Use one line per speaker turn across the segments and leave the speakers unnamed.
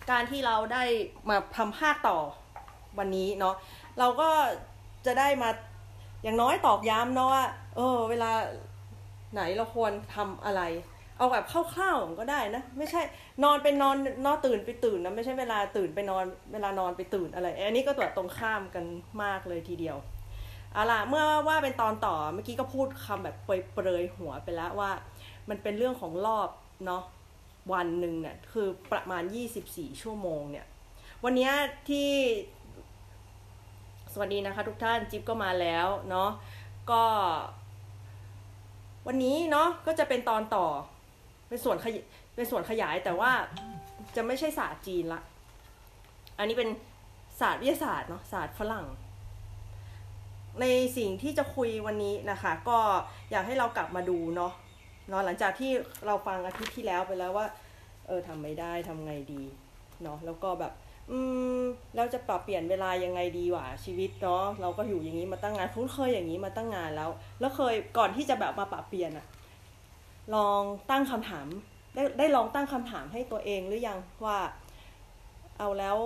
การที่เราได้มาทำภาคต่อวันนี้เนาะเราก็จะได้มาอย่างน้อยตอกย้ำเนาะว่าเวลาไหนเราควรทำอะไรเอาแบบคร่าวๆก็ได้นะไม่ใช่นอนไปนอนตื่นไปตื่นนะไม่ใช่เวลาตื่นไปนอนเวลานอนไปตื่นอะไรอันนี้ก็ตัวตรงข้ามกันมากเลยทีเดียวเอาล่ะเมื่อว่าเป็นตอนต่อเมื่อกี้ก็พูดคำแบบเปรยๆหัวไปแล้วว่ามันเป็นเรื่องของรอบเนาะวันหนึ่งเนี่ยคือประมาณ24ชั่วโมงเนี่ยวันนี้ที่สวัสดีนะคะทุกท่านจิ๊บก็มาแล้วเนาะก็วันนี้เนาะก็จะเป็นตอนต่อเป็นส่วนขยายแต่ว่าจะไม่ใช่ศาสตร์จีนละอันนี้เป็นศาสตร์วิทยาศาสตร์เนาะศาสตร์ฝรั่งในสิ่งที่จะคุยวันนี้นะคะก็อยากให้เรากลับมาดูเนาะหลังจากที่เราฟังอาทิตย์ที่แล้วไปแล้วว่าทำไม่ได้ทำไงดีเนาะแล้วก็แบบเราจะปรับเปลี่ยนเวลายังไงดีวะชีวิตเนาะเราก็อยู่อย่างนี้มาตั้งนานคุ้นเคยอย่างนี้มาตั้งนานแล้วเคยก่อนที่จะแบบมาปรับเปลี่ยนอะลองตั้งคำถามได้ลองตั้งคำถามให้ตัวเองหรือยังว่าเอาแล้ว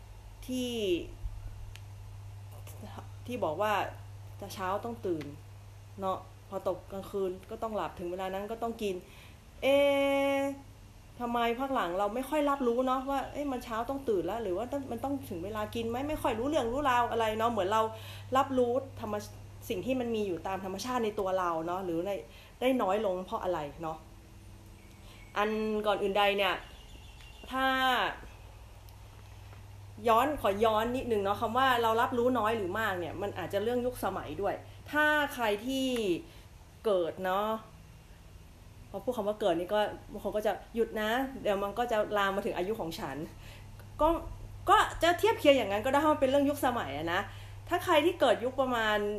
ที่บอกว่าจะเช้าต้องตื่นเนาะพอตกกลางคืนก็ต้องหลับถึงเวลานั้นก็ต้องกินทำไมภาคหลังเราไม่ค่อยรับรู้เนาะว่ามันเช้าต้องตื่นแล้วหรือว่ามันต้องถึงเวลากินไหมไม่ค่อยรู้เรื่องรู้ราวอะไรเนาะเหมือนเรารับรู้สิ่งที่มันมีอยู่ตามธรรมชาติในตัวเราเนาะหรือได้น้อยลงเพราะอะไรเนาะอันก่อนอื่นใดเนี่ยถ้าขอย้อนนิดนึงเนาะคำว่าเรารับรู้น้อยหรือมากเนี่ยมันอาจจะเรื่องยุคสมัยด้วยถ้าใครที่เกิดเนาะพอพูดคำว่าเกิดนี่ก็บางคนก็จะหยุดนะเดี๋ยวมันก็จะลามมาถึงอายุของฉันก็จะเทียบเคียงอย่างนั้นก็ได้เพราะมันเป็นเรื่องยุคสมัยนะถ้าใครที่เกิดยุคประมาณ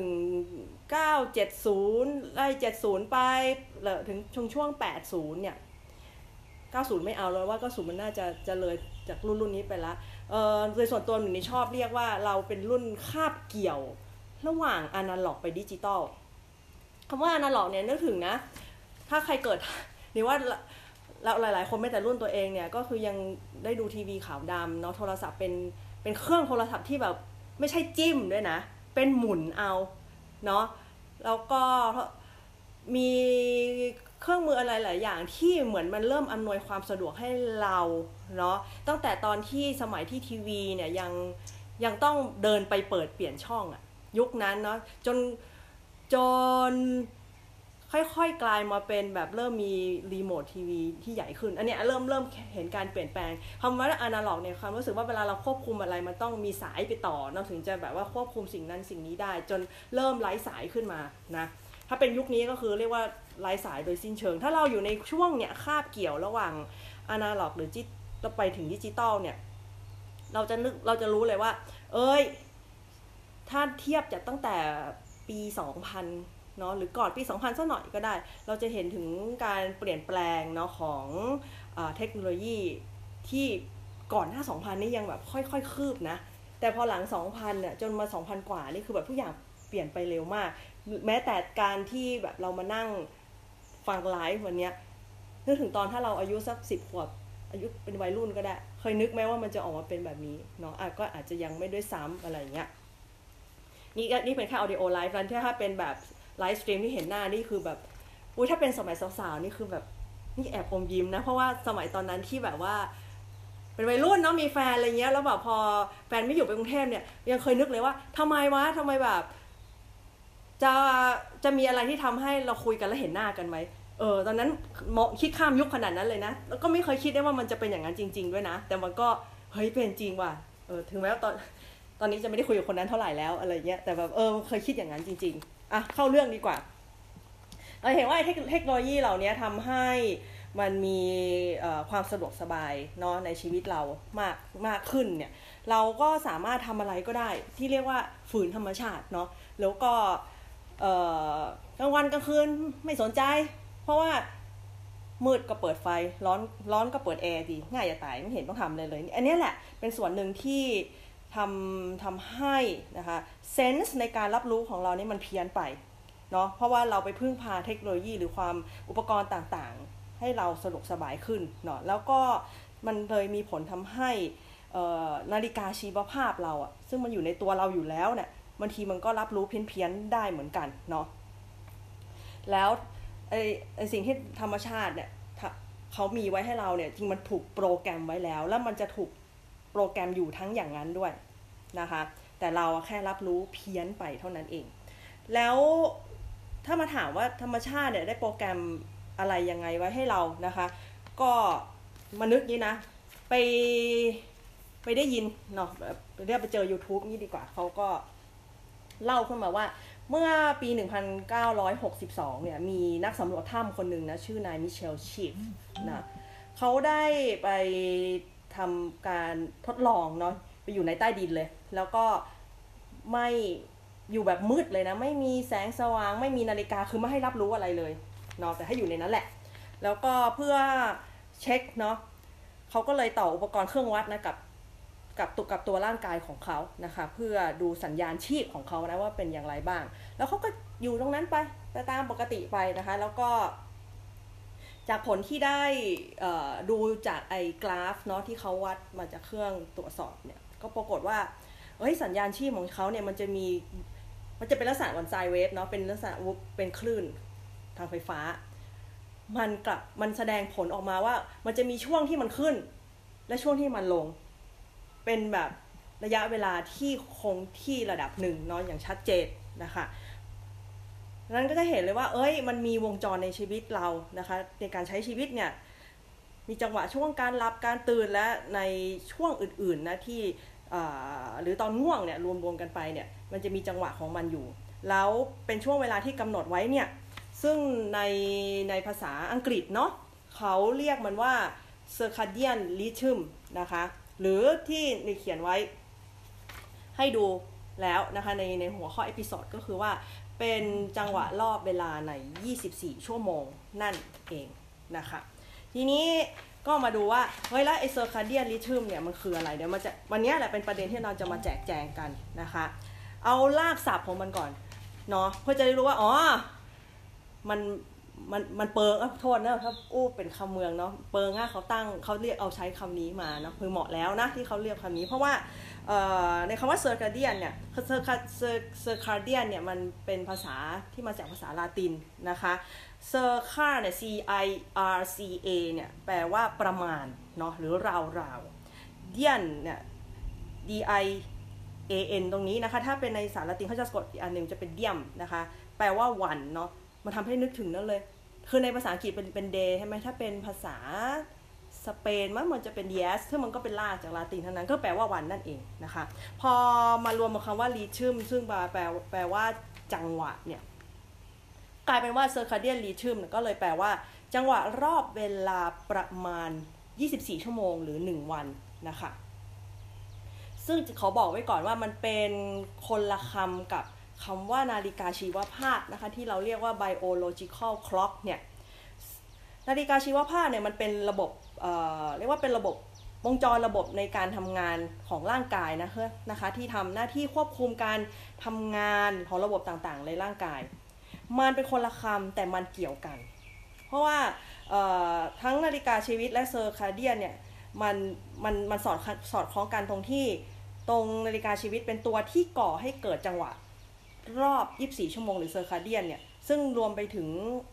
1970ไล่70ไปถึงช่วง80เนี่ย90ไม่เอาเลยว่า90มันน่าจะเลยจากรุ่นนี้ไปละโดยส่วนตัวหนูนี่ชอบเรียกว่าเราเป็นรุ่นคาบเกี่ยวระหว่างอนาล็อกไปดิจิตอลคำว่าอนาล็อกเนี่ยนึกถึงนะถ้าใครเกิดนี่ว่าเราหลายๆคนไม่แต่รุ่นตัวเองเนี่ยก็คือยังได้ดูทีวีขาวดำเนาะโทรศัพท์เป็นเครื่องโทรศัพท์ที่แบบไม่ใช่จิ้มด้วยนะเป็นหมุนเอาเนาะแล้วก็มีเครื่องมืออะไรหลายอย่างที่เหมือนมันเริ่มอำนวยความสะดวกให้เราเนาะตั้งแต่ตอนที่สมัยที่ทีวีเนี่ยยังต้องเดินไปเปิดเปลี่ยนช่องอะยุคนั้นเนาะจนค่อยๆกลายมาเป็นแบบเริ่มมีรีโมททีวีที่ใหญ่ขึ้นอันนี้เริ่มเห็นการเปลี่ยนแปลงคำว่าอนาล็อกเนี่ยความรู้สึกว่าเวลาเราควบคุมอะไรมันต้องมีสายไปต่อเนาะถึงจะแบบว่าควบคุมสิ่งนั้นสิ่งนี้ได้จนเริ่มไร้สายขึ้นมานะถ้าเป็นยุคนี้ก็คือเรียกว่าไร้สายโดยสิ้นเชิงถ้าเราอยู่ในช่วงเนี่ยคาบเกี่ยวระหว่างอนาล็อกหรือเราไปถึงดิจิตอลเนี่ยเราจะรู้เลยว่าถ้าเทียบจากตั้งแต่ปี2000เนาะหรือก่อนปี2000สักหน่อยก็ได้เราจะเห็นถึงการเปลี่ยนแปลงเนาะของเทคโนโลยีที่ก่อนหน้า2000นี่ยังแบบค่อยๆคืบนะแต่พอหลัง2000เนี่ยจนมา2000กว่านี่คือแบบทุกอย่างเปลี่ยนไปเร็วมากแม้แต่การที่แบบเรามานั่งฟังไลฟ์วันนี้นึกถึงตอนถ้าเราอายุสัก10 ขวบอายุเป็นวัยรุ่นก็ได้เคยนึกไหมว่ามันจะออกมาเป็นแบบนี้เนาะก็อาจจะยังไม่ด้วยซ้ำอะไรเงี้ยนี่เป็นแค่ออดิโอไลฟ์แล้วถ้าเป็นแบบไลฟ์สตรีมที่เห็นหน้านี่คือแบบถ้าเป็นสมัยสาวๆนี่คือแบบนี่แอบอมยิ้มนะเพราะว่าสมัยตอนนั้นที่แบบว่าเป็นวัยรุ่นเนาะมีแฟนอะไรเงี้ยแล้วแบบพอแฟนไม่อยู่ไปกรุงเทพเนี่ยยังเคยนึกเลยว่าทำไมแบบจะมีอะไรที่ทำให้เราคุยกันแล้วเห็นหน้ากันไหมตอนนั้นคิดข้ามยุคขนาดนั้นเลยนะแล้วก็ไม่เคยคิดได้ว่ามันจะเป็นอย่างนั้นจริงๆด้วยนะแต่มันก็เฮ้ยเป็นจริงว่ะถึงแม้ว่าตอนนี้จะไม่ได้คุยกับคนนั้นเท่าไหร่แล้วอะไรเงี้ยแต่แบบเคยคิดอย่างนั้นจริงๆเข้าเรื่องดีกว่าเราเห็นว่าเทคโนโลยีเหล่านี้ทำให้มันมีความสะดวกสบายเนาะในชีวิตเรามากขึ้นเนี่ยเราก็สามารถทำอะไรก็ได้ที่เรียกว่าฝืนธรรมชาติเนาะแล้วก็กลางวันกลางคืนไม่สนใจเพราะว่ามืดก็เปิดไฟร้อนก็เปิดแอร์ดีง่ายจะตายไม่เห็นต้องทำเลยอันนี้แหละเป็นส่วนหนึ่งที่ทำให้นะคะเซนส์ในการรับรู้ของเรานี่มันเพี้ยนไปเนาะเพราะว่าเราไปพึ่งพาเทคโนโลยีหรือความอุปกรณ์ต่างๆให้เราสะดวกสบายขึ้นเนาะแล้วก็มันเลยมีผลทำให้นาฬิกาชีวภาพเราอ่ะซึ่งมันอยู่ในตัวเราอยู่แล้วเนี่ยบางทีมันก็รับรู้เพี้ยนๆได้เหมือนกันเนาะแล้วไอ้สิ่งที่ธรรมชาติเนี่ยเขามีไว้ให้เราเนี่ยจริงมันถูกโปรแกรมไว้แล้วแล้วมันจะถูกโปรแกรมอยู่ทั้งอย่างนั้นด้วยนะคะแต่เราแค่รับรู้เพี้ยนไปเท่านั้นเองแล้วถ้ามาถามว่าธรรมชาติเนี่ยได้โปรแกรมอะไรยังไงไว้ให้เรานะคะก็มานึกนี้นะไปได้ยินเนาะเรียกไปเจอ YouTube นี่ดีกว่าเขาก็เล่าขึ้นมาว่าเมื่อปี 1962 เนี่ยมีนักสำรวจถ้ำคนหนึ่งนะชื่อนายมิเชลชีฟนะเขาได้ไปทำการทดลองเนาะไปอยู่ในใต้ดินเลยแล้วก็ไม่อยู่แบบมืดเลยนะไม่มีแสงสว่างไม่มีนาฬิกาคือไม่ให้รับรู้อะไรเลยเนาะแต่ให้อยู่ในนั้นแหละแล้วก็เพื่อเช็คเนาะเขาก็เลยต่ออุปกรณ์เครื่องวัดนะกับตัวร่างกายของเขานะคะเพื่อดูสัญญาณชีพของเขานะว่าเป็นอย่างไรบ้างแล้วเขาก็อยู่ตรงนั้นไปตามปกติไปนะคะแล้วก็จากผลที่ได้ดูจากไอ้กราฟเนาะที่เขาวัดมาจากเครื่องตรวจสอบเนี่ยก็ปรากฏว่าสัญญาณชีพของเขาเนี่ยมันจะเป็นลักษณะวันไซเวฟเนาะเป็นลักษณะเป็นคลื่นทางไฟฟ้ามันแสดงผลออกมาว่ามันจะมีช่วงที่มันขึ้นและช่วงที่มันลงเป็นแบบระยะเวลาที่คงที่ระดับหนึ่งเนาะอย่างชัดเจนนะคะนั้นก็จะเห็นเลยว่ามันมีวงจรในชีวิตเรานะคะในการใช้ชีวิตเนี่ยมีจังหวะช่วงการหลับการตื่นและในช่วงอื่นๆนะที่หรือตอนง่วงเนี่ยรวมกันไปเนี่ยมันจะมีจังหวะของมันอยู่แล้วเป็นช่วงเวลาที่กำหนดไว้เนี่ยซึ่งในภาษาอังกฤษเนาะเขาเรียกมันว่า circadian rhythm นะคะหรือที่เขียนไว้ให้ดูแล้วนะคะในหัวข้อเอพิโซดก็คือว่าเป็นจังหวะรอบเวลาใน24ชั่วโมงนั่นเองนะคะทีนี้ก็มาดูว่าแล้วไอ้ circadian rhythm เนี่ยมันคืออะไรเดี๋ยววันนี้แหละเป็นประเด็นที่เราจะมาแจกแจงกันนะคะเอารากศัพท์ของมันก่อนเนาะเพื่อจะได้รู้ว่ามันเปิงโทษนะถ้าเป็นคำเมืองเนาะเปิงเขาเรียกเอาใช้คำนี้มานะคือเหมาะแล้วนะที่เขาเรียกคำนี้เพราะว่าในคำว่า circadian เนี่ย circadian เนี่ยมันเป็นภาษาที่มาจากภาษาลาตินนะคะ circa เนี่ย circa เนี่ยแปลว่าประมาณเนาะหรือราวๆ dian เนี่ย dian ตรงนี้นะคะถ้าเป็นในภาษาลาตินเขาจะสะกดอีกอันหนึ่งจะเป็น diam นะคะแปลว่าวันเนาะมันทำให้นึกถึงนั่นเลยคือในภาษาอังกฤษเป็น day ใช่ไหมถ้าเป็นภาษาสเปนมันจะเป็น yes ซึ่งมันก็เป็นรากจากลาตินเท่านั้นก็แปลว่าวันนั่นเองนะคะพอมารวมกับคำว่า rhythm ซึ่งแปลว่าจังหวะเนี่ยกลายเป็นว่า circadian rhythm ก็เลยแปลว่าจังหวะรอบเวลาประมาณ24ชั่วโมงหรือ1วันนะคะซึ่งขอบอกไว้ก่อนว่ามันเป็นคนละคำกับคำว่านาฬิกาชีวภาพนะคะที่เราเรียกว่า biological clock เนี่ยนาฬิกาชีวภาพเนี่ยมันเป็นระบบเรียกว่าเป็นระบบวงจรระบบในการทำงานของร่างกายนะคะที่ทำหน้าที่ควบคุมการทำงานของระบบต่างๆในร่างกายมันเป็นคนละคำแต่มันเกี่ยวกันเพราะว่าทั้งนาฬิกาชีวิตและเซอร์คาเดียนเนี่ยมันสอดคล้องกันตรงนาฬิกาชีวิตเป็นตัวที่ก่อให้เกิดจังหวะรอบ24ชั่วโมงหรือเซอร์คาเดียนเนี่ยซึ่งรวมไปถึง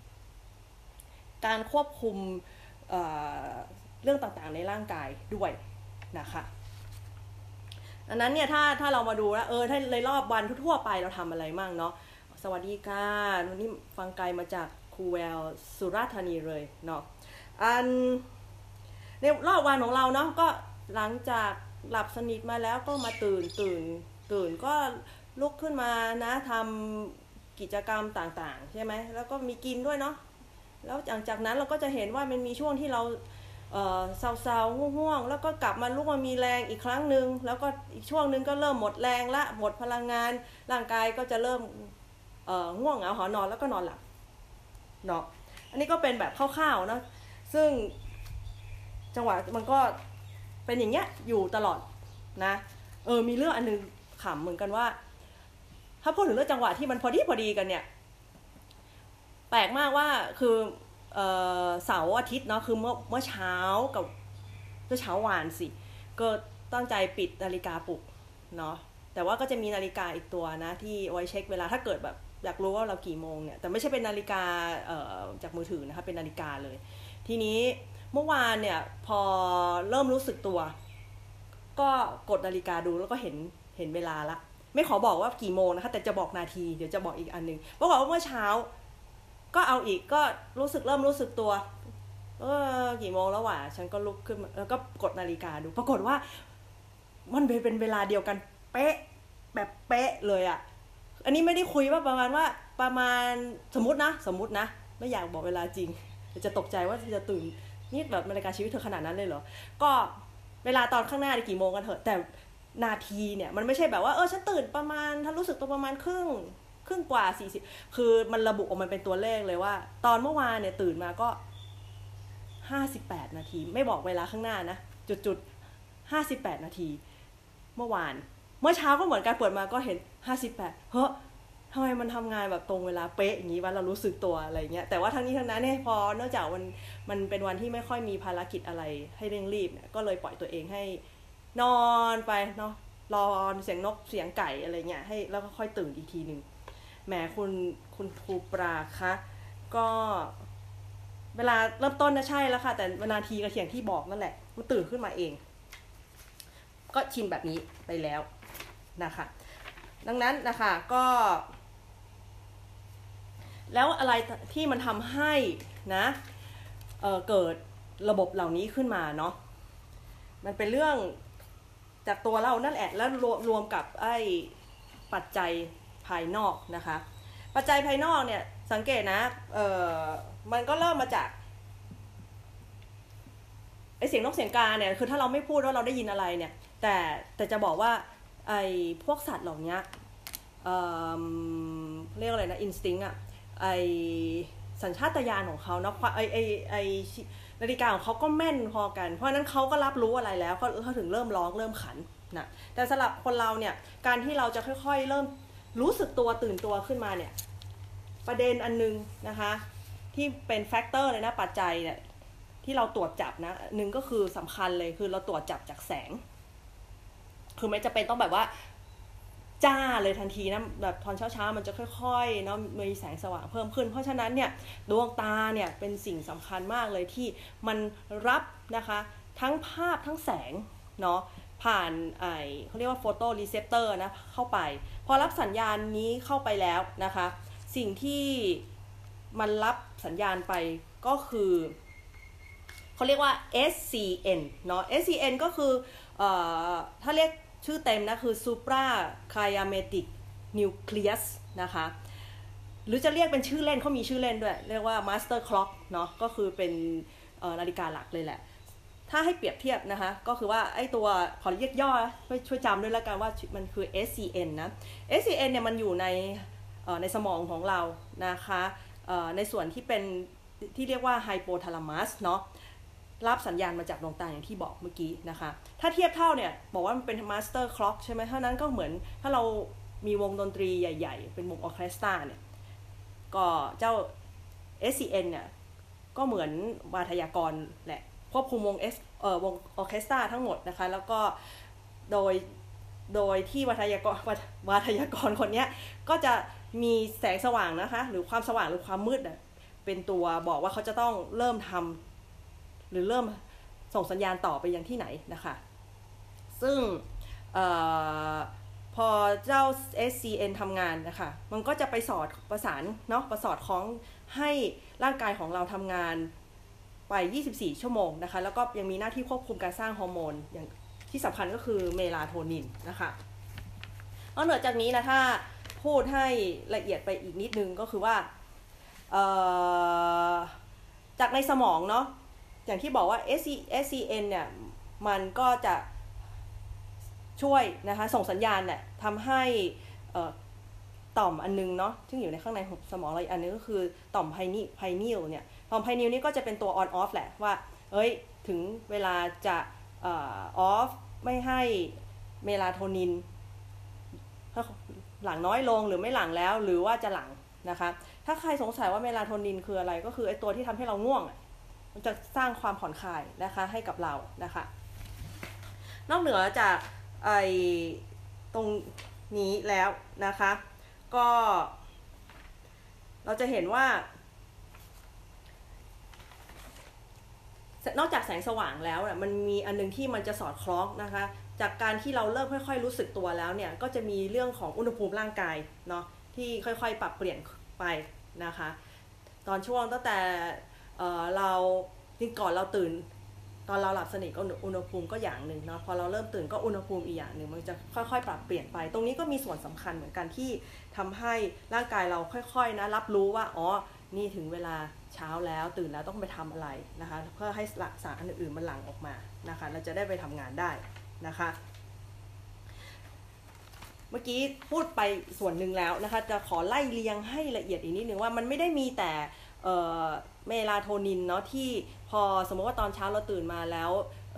การควบคุมเรื่องต่างๆในร่างกายด้วยนะคะอันนั้นเนี่ยถ้าเรามาดูแล้วถ้าในรอบวันทั่วไปเราทำอะไรมั่งเนาะสวัสดีค่ะวันนี้ฟังไกลมาจากคูเวลสุราษฎร์ธานีเลยเนาะในรอบวันของเราเนาะก็หลังจากหลับสนิทมาแล้วก็มาตื่นก็ลุกขึ้นมานะทำกิจกรรมต่างๆใช่ไหมแล้วก็มีกินด้วยเนาะแล้วหลังจากนั้นเราก็จะเห็นว่ามันมีช่วงที่เราเศร้าๆง่วงๆแล้วก็กลับมาลุกมามีแรงอีกครั้งนึงแล้วก็อีกช่วงนึงก็เริ่มหมดแรงละหมดพลังงานร่างกายก็จะเริ่มง่วงเหงาหอนอนแล้วก็นอนหลับเนาะอันนี้ก็เป็นแบบคร่าวๆนะซึ่งจังหวะมันก็เป็นอย่างเงี้ยอยู่ตลอดนะมีเรื่องอันนึงขำเหมือนกันว่าถ้าพูดถึงเรื่องจังหวะที่มันพอดีกันเนี่ยแปลกมากว่าคือเสาร์อาทิตย์เนาะคือเมื่อเช้ากับก็เช้าวานสิก็ตั้งใจปิดนาฬิกาปลุกเนาะแต่ว่าก็จะมีนาฬิกาอีกตัวนะที่ไว้เช็คเวลาถ้าเกิดแบบอยากรู้ว่าเรากี่โมงเนี่ยแต่ไม่ใช่เป็นนาฬิกาจากมือถือนะคะเป็นนาฬิกาเลยทีนี้เมื่อวานเนี่ยพอเริ่มรู้สึกตัวก็กดนาฬิกาดูแล้วก็เห็นเวลาละไม่ขอบอกว่ากี่โมงนะคะแต่จะบอกนาทีเดี๋ยวจะบอกอีกอันนึงเพราะว่าเมื่อเช้าก็เอาอีกก็เริ่มรู้สึกตัวกี่โมงแล้ววะฉันก็ลุกขึ้นแล้วก็กดนาฬิกาดูปรากฏว่ามันเป็นเวลาเดียวกันเป๊ะแบบเป๊ะเลยอ่ะอันนี้ไม่ได้คุยว่าประมาณสมมตินะไม่อยากบอกเวลาจริงจะตกใจว่าจะตื่นนี่แบบนาฬิกาชีวิตเธอขนาดนั้นเลยเหรอก็เวลาตอนข้างหน้ากี่โมงกันเถอะแต่นาทีเนี่ยมันไม่ใช่แบบว่าฉันตื่นประมาณถ้ารู้สึกตัวประมาณครึ่งกว่า40คือมันระบุออกมาเป็นตัวเลขเลยว่าตอนเมื่อวานเนี่ยตื่นมาก็58นาทีไม่บอกเวลาข้างหน้านะจุด58นาทีเมื่อวานเมื่อเช้าก็เหมือนกันเปิดมาก็เห็น58เฮ้ยทำไมมันทำงานแบบตรงเวลาเป๊ะอย่างนี้วะเรารู้สึกตัวอะไรเงี้ยแต่ว่าทั้งนี้ทั้งนั้นเนี่ยพอเนื่องจากมันเป็นวันที่ไม่ค่อยมีภารกิจอะไรให้เร่งรีบเนี่ยก็เลยปล่อยตัวเองให้นอนไปเนาะรอเสียงนกเสียงไก่อะไรเงี้ยให้แล้วก็ค่อยตื่นอีกทีนึงแหมคุณครูปราคะก็เวลาเริ่มต้นนะใช่แล้วค่ะแต่นาทีกับเสียงที่บอกนั่นแหละมันตื่นขึ้นมาเองก็ชินแบบนี้ไปแล้วนะคะดังนั้นนะคะก็แล้วอะไรที่มันทำให้นะเกิดระบบเหล่านี้ขึ้นมาเนาะมันเป็นเรื่องจากตัวเรานั่นแหละแล้วรวมกับไอ้ปัจจัยภายนอกนะคะปัจจัยภายนอกเนี่ยสังเกตนะมันก็เริ่มมาจากไอ้เสียงนกเสียงกาเนี่ยคือถ้าเราไม่พูดว่าเราได้ยินอะไรเนี่ยแต่จะบอกว่าไอ้พวกสัตว์เหล่านี้เรียกอะไรนะอินสติ้งอะไอ้สัญชาตญาณของเขาเนาะไอ้นาฬิกาของเขาก็แม่นพอกันเพราะนั้นเขาก็รับรู้อะไรแล้วเขาถึงเริ่มร้องเริ่มขันนะแต่สำหรับคนเราเนี่ยการที่เราจะค่อยๆเริ่มรู้สึกตัวตื่นตัวขึ้นมาเนี่ยประเด็นอันนึงนะคะที่เป็นแฟกเตอร์เลยนะปัจจัยเนี่ยที่เราตรวจจับนะหนึ่งก็คือสำคัญเลยคือเราตรวจจับจากแสงคือไม่จะเป็นต้องแบบว่าจ้าเลยทันทีนะแบบตอนเช้ามันจะค่อยๆเนาะมีแสงสว่างเพิ่มขึ้นเพราะฉะนั้นเนี่ยดวงตาเนี่ยเป็นสิ่งสำคัญมากเลยที่มันรับนะคะทั้งภาพทั้งแสงเนาะผ่านเขาเรียกว่าโฟโตรีเซปเตอร์นะเข้าไปพอรับสัญญาณนี้เข้าไปแล้วนะคะสิ่งที่มันรับสัญญาณไปก็คือเขาเรียกว่า SCN เนาะ SCN ก็คือถ้าเรียกชื่อเต็มนะคือ suprachiasmatic nucleus นะคะหรือจะเรียกเป็นชื่อเล่นเขามีชื่อเล่นด้วยเรียกว่า master clock เนาะก็คือเป็นนาฬิกาหลักเลยแหละถ้าให้เปรียบเทียบนะคะก็คือว่าไอ้ตัวขอเรียกย่อช่วยจำด้วยแล้วกันว่ามันคือ SCN นะ SCN เนี่ยมันอยู่ในสมองของเรานะคะในส่วนที่เป็นที่เรียกว่า hypothalamus เนาะรับสัญญาณมาจากดวงตาอย่างที่บอกเมื่อกี้นะคะถ้าเทียบเท่าเนี่ยบอกว่ามันเป็น master clock ใช่ไหมเท่านั้นก็เหมือนถ้าเรามีวงดนตรีใหญ่ๆเป็นวงออร์เคสตราเนี่ยก็เจ้า SCN เนี่ยก็เหมือนวาทยากรแหละควบคุมวงออร์เคสตราทั้งหมดนะคะแล้วก็โดยที่วาทยากรคนนี้ก็จะมีแสงสว่างนะคะหรือความสว่างหรือความมืดเป็นตัวบอกว่าเขาจะต้องเริ่มทำหรือเริ่มส่งสัญญาณต่อไปยังที่ไหนนะคะซึ่งพอเจ้า SCN ทำงานนะคะมันก็จะไปประสานเนาะประสอดคล้องให้ร่างกายของเราทำงานไป24ชั่วโมงนะคะแล้วก็ยังมีหน้าที่ควบคุมการสร้างฮอร์โมนอย่างที่สำคัญก็คือเมลาโทนินนะคะนอกเหนือจากนี้นะถ้าพูดให้ละเอียดไปอีกนิดนึงก็คือว่าจากในสมองเนาะอย่างที่บอกว่า SCN เนี่ยมันก็จะช่วยนะคะส่งสัญญาณเนี่ยทำให้ต่อมอันนึงเนาะซึ่งอยู่ในข้างในสมองเราอีกอันนึงก็คือต่อมไพนิลเนี่ยต่อมไพนิลนี่ก็จะเป็นตัว on off แหละว่าถึงเวลาจะoff ไม่ให้เมลาโทนินหลั่งน้อยลงหรือไม่หลั่งแล้วหรือว่าจะหลั่งนะคะถ้าใครสงสัยว่าเมลาโทนินคืออะไรก็คือไอ้ตัวที่ทำให้เราง่วงมันจะสร้างความผ่อนคลายนะคะให้กับเรานะคะนอกเหนือจากไอ้ตรงนี้แล้วนะคะก็เราจะเห็นว่านอกจากแสงสว่างแล้วเนี่ยมันมีอันนึงที่มันจะสอดคล้องนะคะจากการที่เราเริ่มค่อยๆรู้สึกตัวแล้วเนี่ยก็จะมีเรื่องของอุณหภูมิร่างกายเนาะที่ค่อยๆปรับเปลี่ยนไปนะคะตอนช่วงตั้งแต่เราที่ก่อนเราตื่นตอนเราหลับสนิทก็อุณหภูมิก็อย่างหนึ่งเนาะพอเราเริ่มตื่นก็อุณหภูมิอีกอย่างหนึ่งมันจะค่อยๆปรับเปลี่ยนไปตรงนี้ก็มีส่วนสำคัญเหมือนกันที่ทำให้ร่างกายเราค่อยๆนะรับรู้ว่าอ๋อนี่ถึงเวลาเช้าแล้วตื่นแล้วต้องไปทำอะไรนะคะเพื่อให้สารอื่นๆมันหลั่งออกมานะคะเราจะได้ไปทำงานได้นะคะเมื่อกี้พูดไปส่วนหนึ่งแล้วนะคะจะขอไล่เรียงให้ละเอียดอีกนิดนึงว่ามันไม่ได้มีแต่เมลาโทนินเนาะที่พอสมมติว่าตอนเช้าเราตื่นมาแล้ว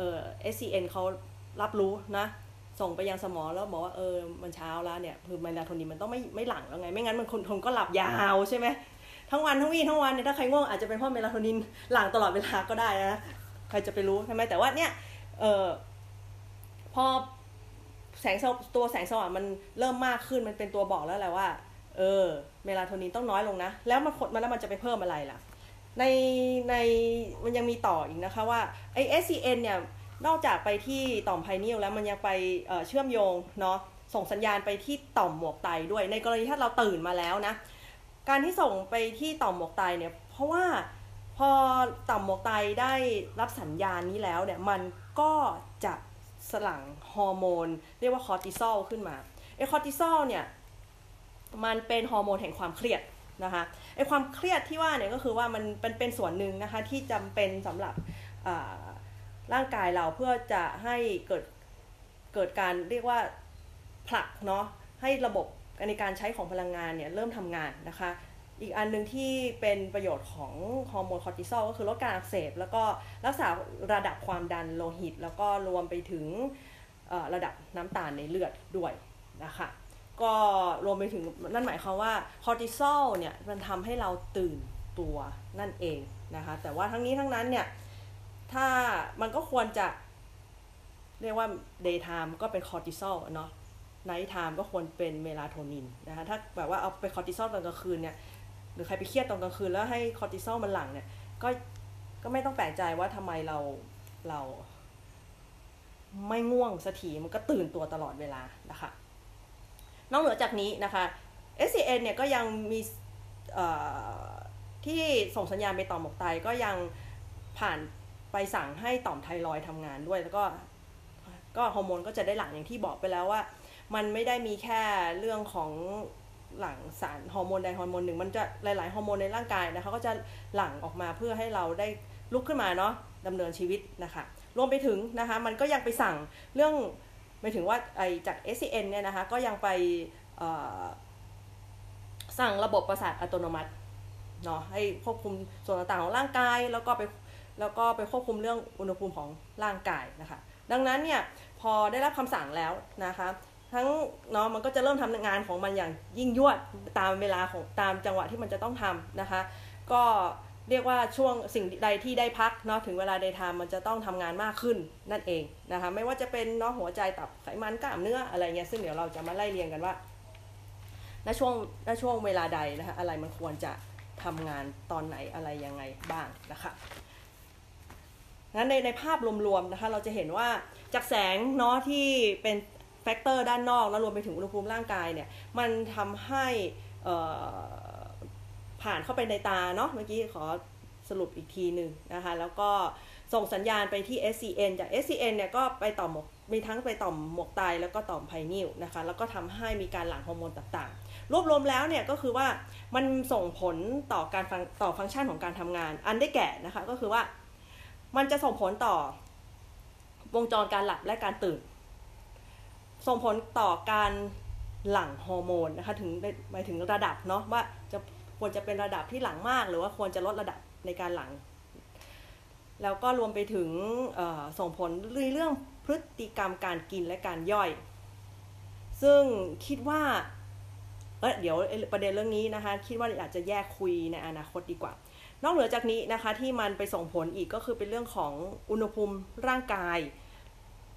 SCN เขารับรู้นะส่งไปยังสมองแล้วบอกว่ามันเช้าแล้วเนี่ยคือเมลาโทนินมันต้องไม่หลั่งแล้วไงไม่งั้นมันคนก็หลับยาวใช่ไหมทั้งวันทั้งวี่ทั้งวันเนี่ยถ้าใครง่วงอาจจะเป็นเพราะเมลาโทนินหลั่งตลอดเวลาก็ได้นะใครจะไปรู้ใช่ไหมแต่ว่าเนี่ยพอแสงสว่างมันเริ่มมากขึ้นมันเป็นตัวบอกแล้วแหละว่าเมลาโทนินต้องน้อยลงนะแล้วมันจะไปเพิ่มอะไรล่ะในมันยังมีต่ออีกนะคะว่าไอ้ SCN เนี่ยนอกจากไปที่ต่อมไพนีลแล้วมันยังไปเชื่อมโยงเนาะส่งสัญญาณไปที่ต่อมหมวกไตด้วยในกรณีถ้าเราตื่นมาแล้วนะการที่ส่งไปที่ต่อมหมวกไตเนี่ยเพราะว่าพอต่อมหมวกไตได้รับสัญญาณนี้แล้วเนี่ยมันก็จะสลั่งฮอร์โมนเรียกว่าคอร์ติซอลขึ้นมาไอ้คอร์ติซอลเนี่ยมันเป็นฮอร์โมนแห่งความเครียดนะคะไอ้ความเครียดที่ว่าเนี่ยก็คือว่ามันเป็นส่วนหนึ่งนะคะที่จำเป็นสำหรับร่างกายเราเพื่อจะให้เกิดการเรียกว่าผลักเนาะให้ระบบในการใช้ของพลังงานเนี่ยเริ่มทำงานนะคะอีกอันนึงที่เป็นประโยชน์ของฮอร์โมนคอร์ติซอลก็คือลดการอักเสบแล้วก็รักษาระดับความดันโลหิตแล้วก็รวมไปถึงระดับน้ำตาลในเลือดด้วยนะคะก็รวมไปถึงนั่นหมายความว่าคอร์ติซอลเนี่ยมันทำให้เราตื่นตัวนั่นเองนะคะแต่ว่าทั้งนี้ทั้งนั้นเนี่ยถ้ามันก็ควรจะเรียกว่า daytime ก็เป็นคอร์ติซอลเนาะ night time ก็ควรเป็นเมลาโทนินนะคะถ้าแบบว่าเอาไปคอร์ติซอลตอนกลางคืนเนี่ยหรือใครไปเครียดตอนกลางคืนแล้วให้คอร์ติซอลมันหลั่งเนี่ยก็ไม่ต้องแปลกใจว่าทำไมเราไม่ง่วงสักทีมันก็ตื่นตัวตลอดเวลานะคะนอกเหนือจากนี้นะคะ SCN เนี่ยก็ยังมีที่ส่งสัญญาณไปต่อมหมวกไตก็ยังผ่านไปสั่งให้ต่อมไทรอยด์ทำงานด้วยแล้วก็ฮอร์โมนก็จะได้หลั่งอย่างที่บอกไปแล้วว่ามันไม่ได้มีแค่เรื่องของหลั่งสารฮอร์โมนใดฮอร์โมนหนึ่งมันจะหลายๆฮอร์โมนในร่างกายนะคะก็จะหลั่งออกมาเพื่อให้เราได้ลุกขึ้นมาเนาะดำเนินชีวิตนะคะรวมไปถึงนะคะมันก็ยังไปสั่งเรื่องหมายถึงว่าไอจาก SCN เนี่ยนะคะก็ยังไปสั่งระบบประสาทอัตโนมัติเนาะให้ควบคุมส่วนต่างๆของร่างกายแล้วก็ไปควบคุมเรื่องอุณหภูมิของร่างกายนะคะดังนั้นเนี่ยพอได้รับคำสั่งแล้วนะคะทั้งเนาะมันก็จะเริ่มทำงานของมันอย่างยิ่งยวดตามเวลาของตามจังหวะที่มันจะต้องทำนะคะก็เรียกว่าช่วงสิ่งใดที่ได้พักเนาะถึงเวลาได้ทำมันจะต้องทำงานมากขึ้นนั่นเองนะคะไม่ว่าจะเป็นเนาะหัวใจตับไขมันกล้ามเนื้ออะไรเงี้ยซึ่งเดี๋ยวเราจะมาไล่เรียงกันว่าณช่วงเวลาใดนะคะอะไรมันควรจะทำงานตอนไหนอะไรยังไงบ้างนะคะงั้นในภาพรวมๆนะคะเราจะเห็นว่าจากแสงเนาะที่เป็นแฟกเตอร์ด้านนอกแล้วรวมไปถึงอุณหภูมิร่างกายเนี่ยมันทำให้ผ่านเข้าไปในตาเนาะเมื่อกี้ขอสรุปอีกทีนึงนะคะแล้วก็ส่งสัญญาณไปที่ SCN จาก SCN เนี่ยก็ไปต่อมมีทั้งไปต่อมหมวกไตแล้วก็ต่อมไพนีลนะคะแล้วก็ทำให้มีการหลั่งฮอร์โมนต่างๆรวบรวมแล้วเนี่ยก็คือว่ามันส่งผลต่อการต่อฟังก์ชันของการทำงานอันได้แก่นะคะก็คือว่ามันจะส่งผลต่อวงจรการหลับและการตื่นส่งผลต่อการหลั่งฮอร์โมนนะคะหมายถึงระดับเนาะว่าควรจะเป็นระดับที่หลั่งมากหรือว่าควรจะลดระดับในการหลั่งแล้วก็รวมไปถึงส่งผลเรื่องพฤติกรรมการกินและการย่อยซึ่งคิดว่าเดี๋ยวประเด็นเรื่องนี้นะคะคิดว่าอาจจะแยกคุยในอนาคตดีกว่านอกเหนือจากนี้นะคะที่มันไปส่งผลอีกก็คือเป็นเรื่องของอุณหภูมิร่างกาย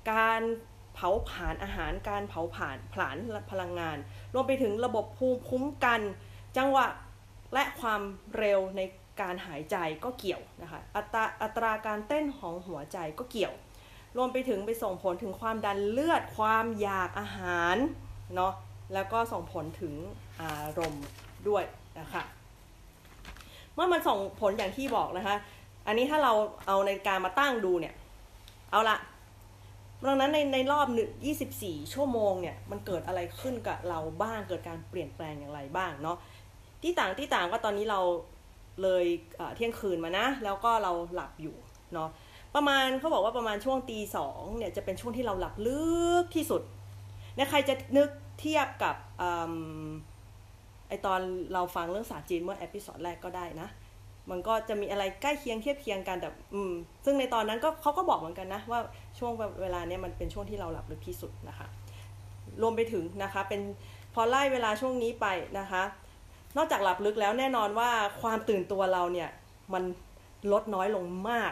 การเผาผลาญอาหารการเผาผลาญพลังงานรวมไปถึงระบบภูมิคุ้มกันจังหวะและความเร็วในการหายใจก็เกี่ยวนะคะอัตราการเต้นของหัวใจก็เกี่ยวรวมไปถึงไปส่งผลถึงความดันเลือดความอยากอาหารเนาะแล้วก็ส่งผลถึงอารมณ์ด้วยนะคะเมื่อมันส่งผลอย่างที่บอกนะคะอันนี้ถ้าเราเอานาฬิกามาตั้งดูเนี่ยเอาละดังนั้นในรอบ24ชั่วโมงเนี่ยมันเกิดอะไรขึ้นกับเราบ้างเกิดการเปลี่ยนแปลงอย่างไรบ้างเนาะที่ต่างก็ตอนนี้เราเลยเที่ยงคืนมานะแล้วก็เราหลับอยู่เนาะประมาณเขาบอกว่าประมาณช่วงตี 2เนี่ยจะเป็นช่วงที่เราหลับลึกที่สุดเนี่ยใครจะนึกเทียบกับไอตอนเราฟังเรื่องศาสตร์จีนเมื่อเอพิโซดแรกก็ได้นะมันก็จะมีอะไรใกล้เคียงเทียบเคียงกันแต่ซึ่งในตอนนั้นก็เขาก็บอกเหมือนกันนะว่าช่วงเวลาเนี้ยมันเป็นช่วงที่เราหลับลึกที่สุดนะคะรวมไปถึงนะคะเป็นพอไล่เวลาช่วงนี้ไปนะคะนอกจากหลับลึกแล้วแน่นอนว่าความตื่นตัวเราเนี่ยมันลดน้อยลงมาก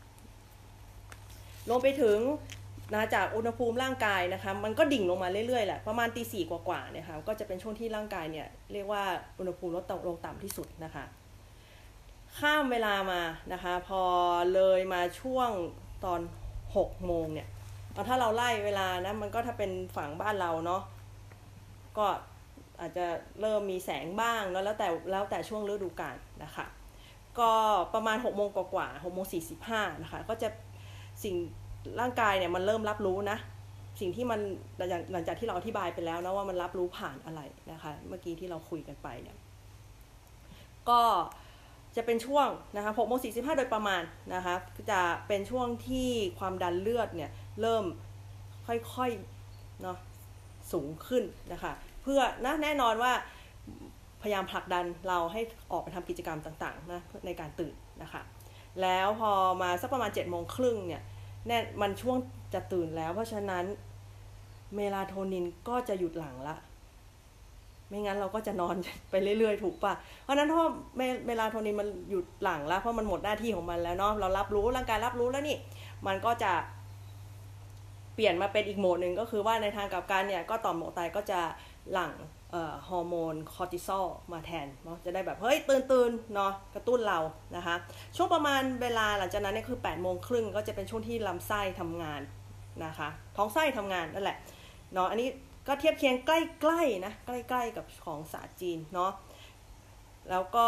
รวมไปถึงนะจากอุณหภูมิร่างกายนะคะมันก็ดิ่งลงมาเรื่อยๆแหละประมาณตี 4กว่าๆเนี่ยค่ะก็จะเป็นช่วงที่ร่างกายเนี่ยเรียกว่าอุณหภูมิลดลงต่ำที่สุดนะคะข้ามเวลามานะคะพอเลยมาช่วงตอน6โมงเนี่ยถ้าเราไล่เวลานะมันก็ถ้าเป็นฝั่งบ้านเราเนาะก็อาจจะเริ่มมีแสงบ้างแล้วแต่ช่วงฤดูกาลนะคะก็ประมาณ6โมงกว่าๆ6โมง45นะคะก็จะสิ่งร่างกายเนี่ยมันเริ่มรับรู้นะสิ่งที่มันหลังจากที่เราอธิบายไปแล้วนะว่ามันรับรู้ผ่านอะไรนะคะเมื่อกี้ที่เราคุยกันไปเนี่ยก็จะเป็นช่วงนะคะ6โมง45โดยประมาณนะคะจะเป็นช่วงที่ความดันเลือดเนี่ยเริ่มค่อยๆเนาะสูงขึ้นนะคะเพื่อนะแน่นอนว่าพยายามผลักดันเราให้ออกไปทำกิจกรรมต่างๆนะในการตื่นนะคะแล้วพอมาสักประมาณ7โมงครึ่งเนี่ยแน่มันช่วงจะตื่นแล้วเพราะฉะนั้นเมลาโทนินก็จะหยุดหลั่งละไม่งั้นเราก็จะนอนไปเรื่อยๆถูกป่ะเพราะนั้นถ้าเมลาโทนินมันหยุดหลั่งแล้วเพราะมันหมดหน้าที่ของมันแล้วเนาะเรารับรู้ร่างกายรับรู้แล้วนี่มันก็จะเปลี่ยนมาเป็นอีกโหมดนึงก็คือว่าในทางกลับกันเนี่ยก็ต่อมหมวกไตก็จะหลั่งฮอร์โมนคอร์ติซอลมาแทนเนาะจะได้แบบเฮ้ยตื่นเนาะกระตุ้นเรานะคะช่วงประมาณเวลาหลังจากนั้นเนี่ยคือ8โมงครึ่งก็จะเป็นช่วงที่ลำไส้ทำงานนะคะท้องไส้ทำงานนั่นแหละเนาะอันนี้ก็เทียบเคียงใกล้ๆนะใกล้ๆกับของศาสตร์จีนเนาะแล้วก็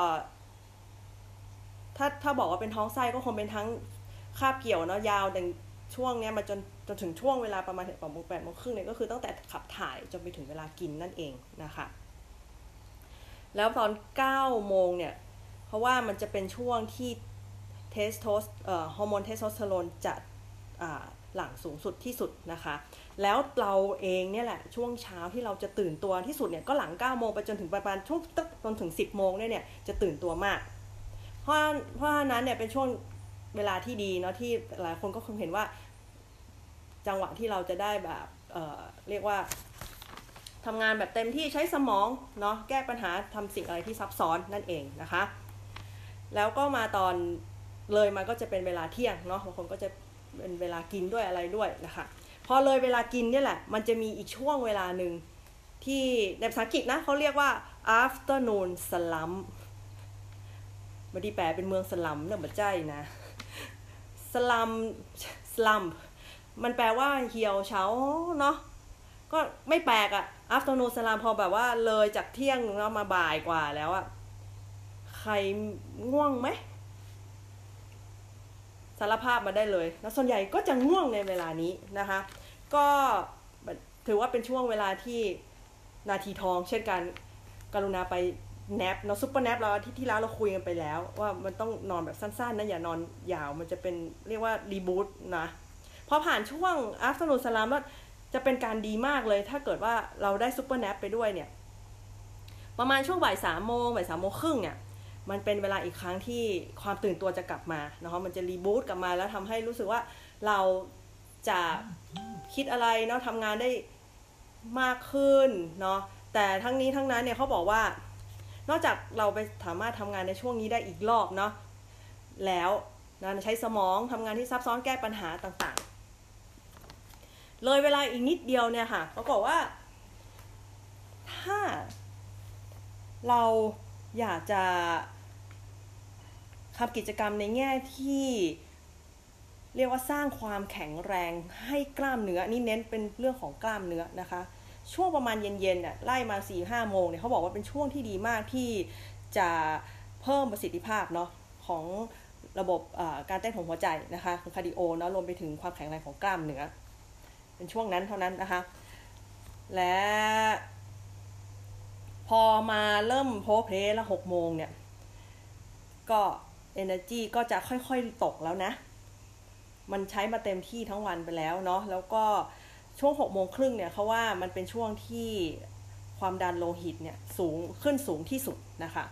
ถ้าบอกว่าเป็นท้องไส้ก็คงเป็นทั้งคาบเกี่ยวเนาะยาวช่วงเนี้ยมาจนถึงช่วงเวลาประมาณ8โมงครึ่งเนี่ยก็คือตั้งแต่ขับถ่ายจนไปถึงเวลากินนั่นเองนะคะแล้วตอน9โมงเนี่ยเพราะว่ามันจะเป็นช่วงที่ฮอร์โมนเทสโทสเตอโรนจะหลั่งสูงสุดที่สุดนะคะแล้วเราเองเนี่ยแหละช่วงเช้าที่เราจะตื่นตัวที่สุดเนี่ยก็หลัง9โมงไปจนถึงประมาณช่วงจนถึง10โมงเนี่ยจะตื่นตัวมากเพราะนั้นเนี่ยเป็นช่วงเวลาที่ดีเนาะที่หลายคนก็คงเห็นว่าจังหวะที่เราจะได้แบบเรียกว่าทำงานแบบเต็มที่ใช้สมองเนาะแก้ปัญหาทำสิ่งอะไรที่ซับซ้อนนั่นเองนะคะแล้วก็มาตอนเลยมาก็จะเป็นเวลาเที่ยงเนาะบางคนก็จะเป็นเวลากินด้วยอะไรด้วยนะคะพอเลยเวลากินเนี่ยแหละมันจะมีอีกช่วงเวลาหนึ่งที่ในภาษาอังกฤษนะเขาเรียกว่า afternoon slump บดีแปลเป็นเมืองสลัมเนี่ยเหมือนใจนะสลัมมันแปลว่าเหี่ยวเฉาเนาะก็ไม่แปลกอะ afternoon slump พอแบบว่าเลยจากเที่ยงแล้วมาบ่ายกว่าแล้วอะใครง่วงไหมสารภาพมาได้เลยแล้วส่วนใหญ่ก็จะง่วงในเวลานี้นะคะก็ถือว่าเป็นช่วงเวลาที่นาทีทองเช่นกันกรุณาไปแนปเนาะซุปเปอร์แนปเราที่แล้วเราคุยกันไปแล้วว่ามันต้องนอนแบบสั้นๆนะอย่านอนยาวมันจะเป็นเรียกว่ารีบูตนะพอผ่านช่วง afternoon slump แล้วจะเป็นการดีมากเลยถ้าเกิดว่าเราได้ซุปเปอร์แนปไปด้วยเนี่ยประมาณช่วงบ่าย3โมงครึ่งเนี่ยมันเป็นเวลาอีกครั้งที่ความตื่นตัวจะกลับมาเนาะมันจะรีบูตกลับมาแล้วทำให้รู้สึกว่าเราจะคิดอะไรเนาะทำงานได้มากขึ้นเนาะแต่ทั้งนี้ทั้งนั้นเนี่ยเขาบอกว่านอกจากเราไปสามารถทำงานในช่วงนี้ได้อีกรอบเนาะแล้วนะใช้สมองทำงานที่ซับซ้อนแก้ปัญหาต่างเลยเวลาอีกนิดเดียวเนี่ยค่ะเขาบอกว่าถ้าเราอยากจะทำกิจกรรมในแง่ที่เรียกว่าสร้างความแข็งแรงให้กล้ามเนื้อนี่เน้นเป็นเรื่องของกล้ามเนื้อนะคะช่วงประมาณเย็นๆน่ะไล่มา 4-5 โมงเนี่ยเขาบอกว่าเป็นช่วงที่ดีมากที่จะเพิ่มประสิทธิภาพเนาะของระบบการเต้นของหัวใจนะคะคือคาร์ดิโอเนาะรวมไปถึงความแข็งแรงของกล้ามเนื้อเป็นช่วงนั้นเท่านั้นนะคะและพอมาเริ่มโพเพลละ6 โมงเนี่ยก็ energy ก็จะค่อยๆตกแล้วนะมันใช้มาเต็มที่ทั้งวันไปแล้วเนาะแล้วก็ช่วง 6 โมงครึ่งเนี่ยเขาว่ามันเป็นช่วงที่ความดันโลหิตเนี่ยสูงที่สุดนะคะ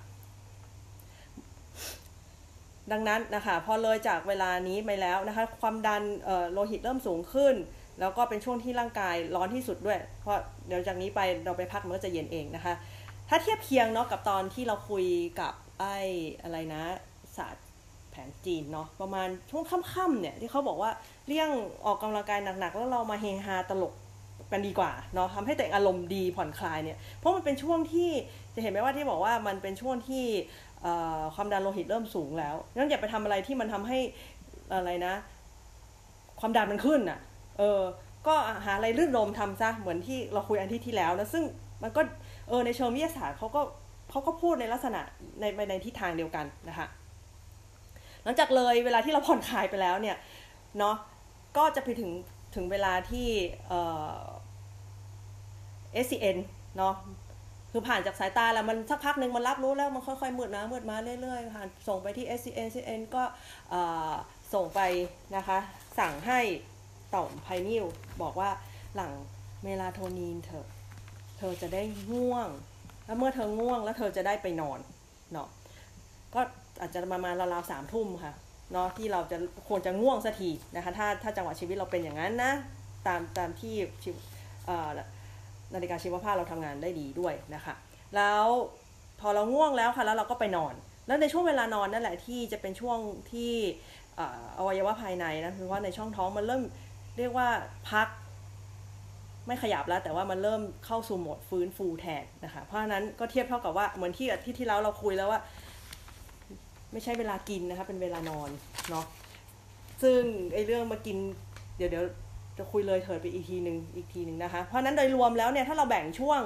ดังนั้นนะคะพอเลยจากเวลานี้ไปแล้วนะคะความดันโลหิตเริ่มสูงขึ้นแล้วก็เป็นช่วงที่ร่างกายร้อนที่สุดด้วยเพราะเดี๋ยวจากนี้ไปเราไปพักมันก็จะเย็นเองนะคะถ้าเทียบเคียงเนาะกับตอนที่เราคุยกับอะไรนะศาสตร์แผนจีนเนาะประมาณช่วงค่ำๆเนี่ยที่เขาบอกว่าเลี่ยงออกกำลังกายหนักๆแล้วเรามาเฮฮาตลกกันดีกว่าเนาะทำให้ตัวเองอารมณ์ดีผ่อนคลายเนี่ยเพราะมันเป็นช่วงที่จะเห็นไหมว่าที่บอกว่ามันเป็นช่วงที่ความดันโลหิตเริ่มสูงแล้วงั้นอย่าไปทำอะไรที่มันทำให้อะไรนะความดันมันขึ้นอ่ะก็หาอะไรรื่นรมทำซะเหมือนที่เราคุยอันที่แล้วนะซึ่งมันก็ในเชิงวิทยาศาสตร์เขาก็พูดในลักษณะในทิศทางเดียวกันนะคะหลังจากเลยเวลาที่เราผ่อนคลายไปแล้วเนี่ยเนาะก็จะไปถึงเวลาที่SCN เนาะคือผ่านจากสายตาแล้วมันสักพักนึงมันรับรู้แล้วมันค่อยๆมืดมาเรื่อยๆผ่านส่งไปที่ SCN ก็ส่งไปนะคะสั่งให้ต่อมไพนิลบอกว่าหลั่งเมลาโทนินเธอจะได้ง่วงแล้วเมื่อเธอง่วงแล้วเธอจะได้ไปนอนเนาะก็อาจจะประมาณราวๆ 3 ทุ่มค่ะเนาะที่เราจะควรจะง่วงสักทีนะคะถ้าจังหวะชีวิตเราเป็นอย่างนั้นนะตามที่นาฬิกาชีวภาพเราทำงานได้ดีด้วยนะคะแล้วพอเราง่วงแล้วค่ะแล้วเราก็ไปนอนแล้วในช่วงเวลานอนนั่นแหละที่จะเป็นช่วงที่อวัยวะภายในนะคือว่าในช่องท้องมันเริ่มเรียกว่าพักไม่ขยับแล้วแต่ว่ามันเริ่มเข้าสู่โหมดฟื้นฟูแทนนะคะเพราะฉะนั้นก็เทียบเท่ากับว่าเหมือนที่แล้วเราคุยแล้วว่าไม่ใช่เวลากินนะคะเป็นเวลานอนเนาะซึ่งไอ้เรื่องมากินเดี๋ยวจะคุยเลยเถิดไปอีกทีหนึ่งนะคะเพราะนั้นโดยรวมแล้วเนี่ยถ้าเราแบ่งช่วง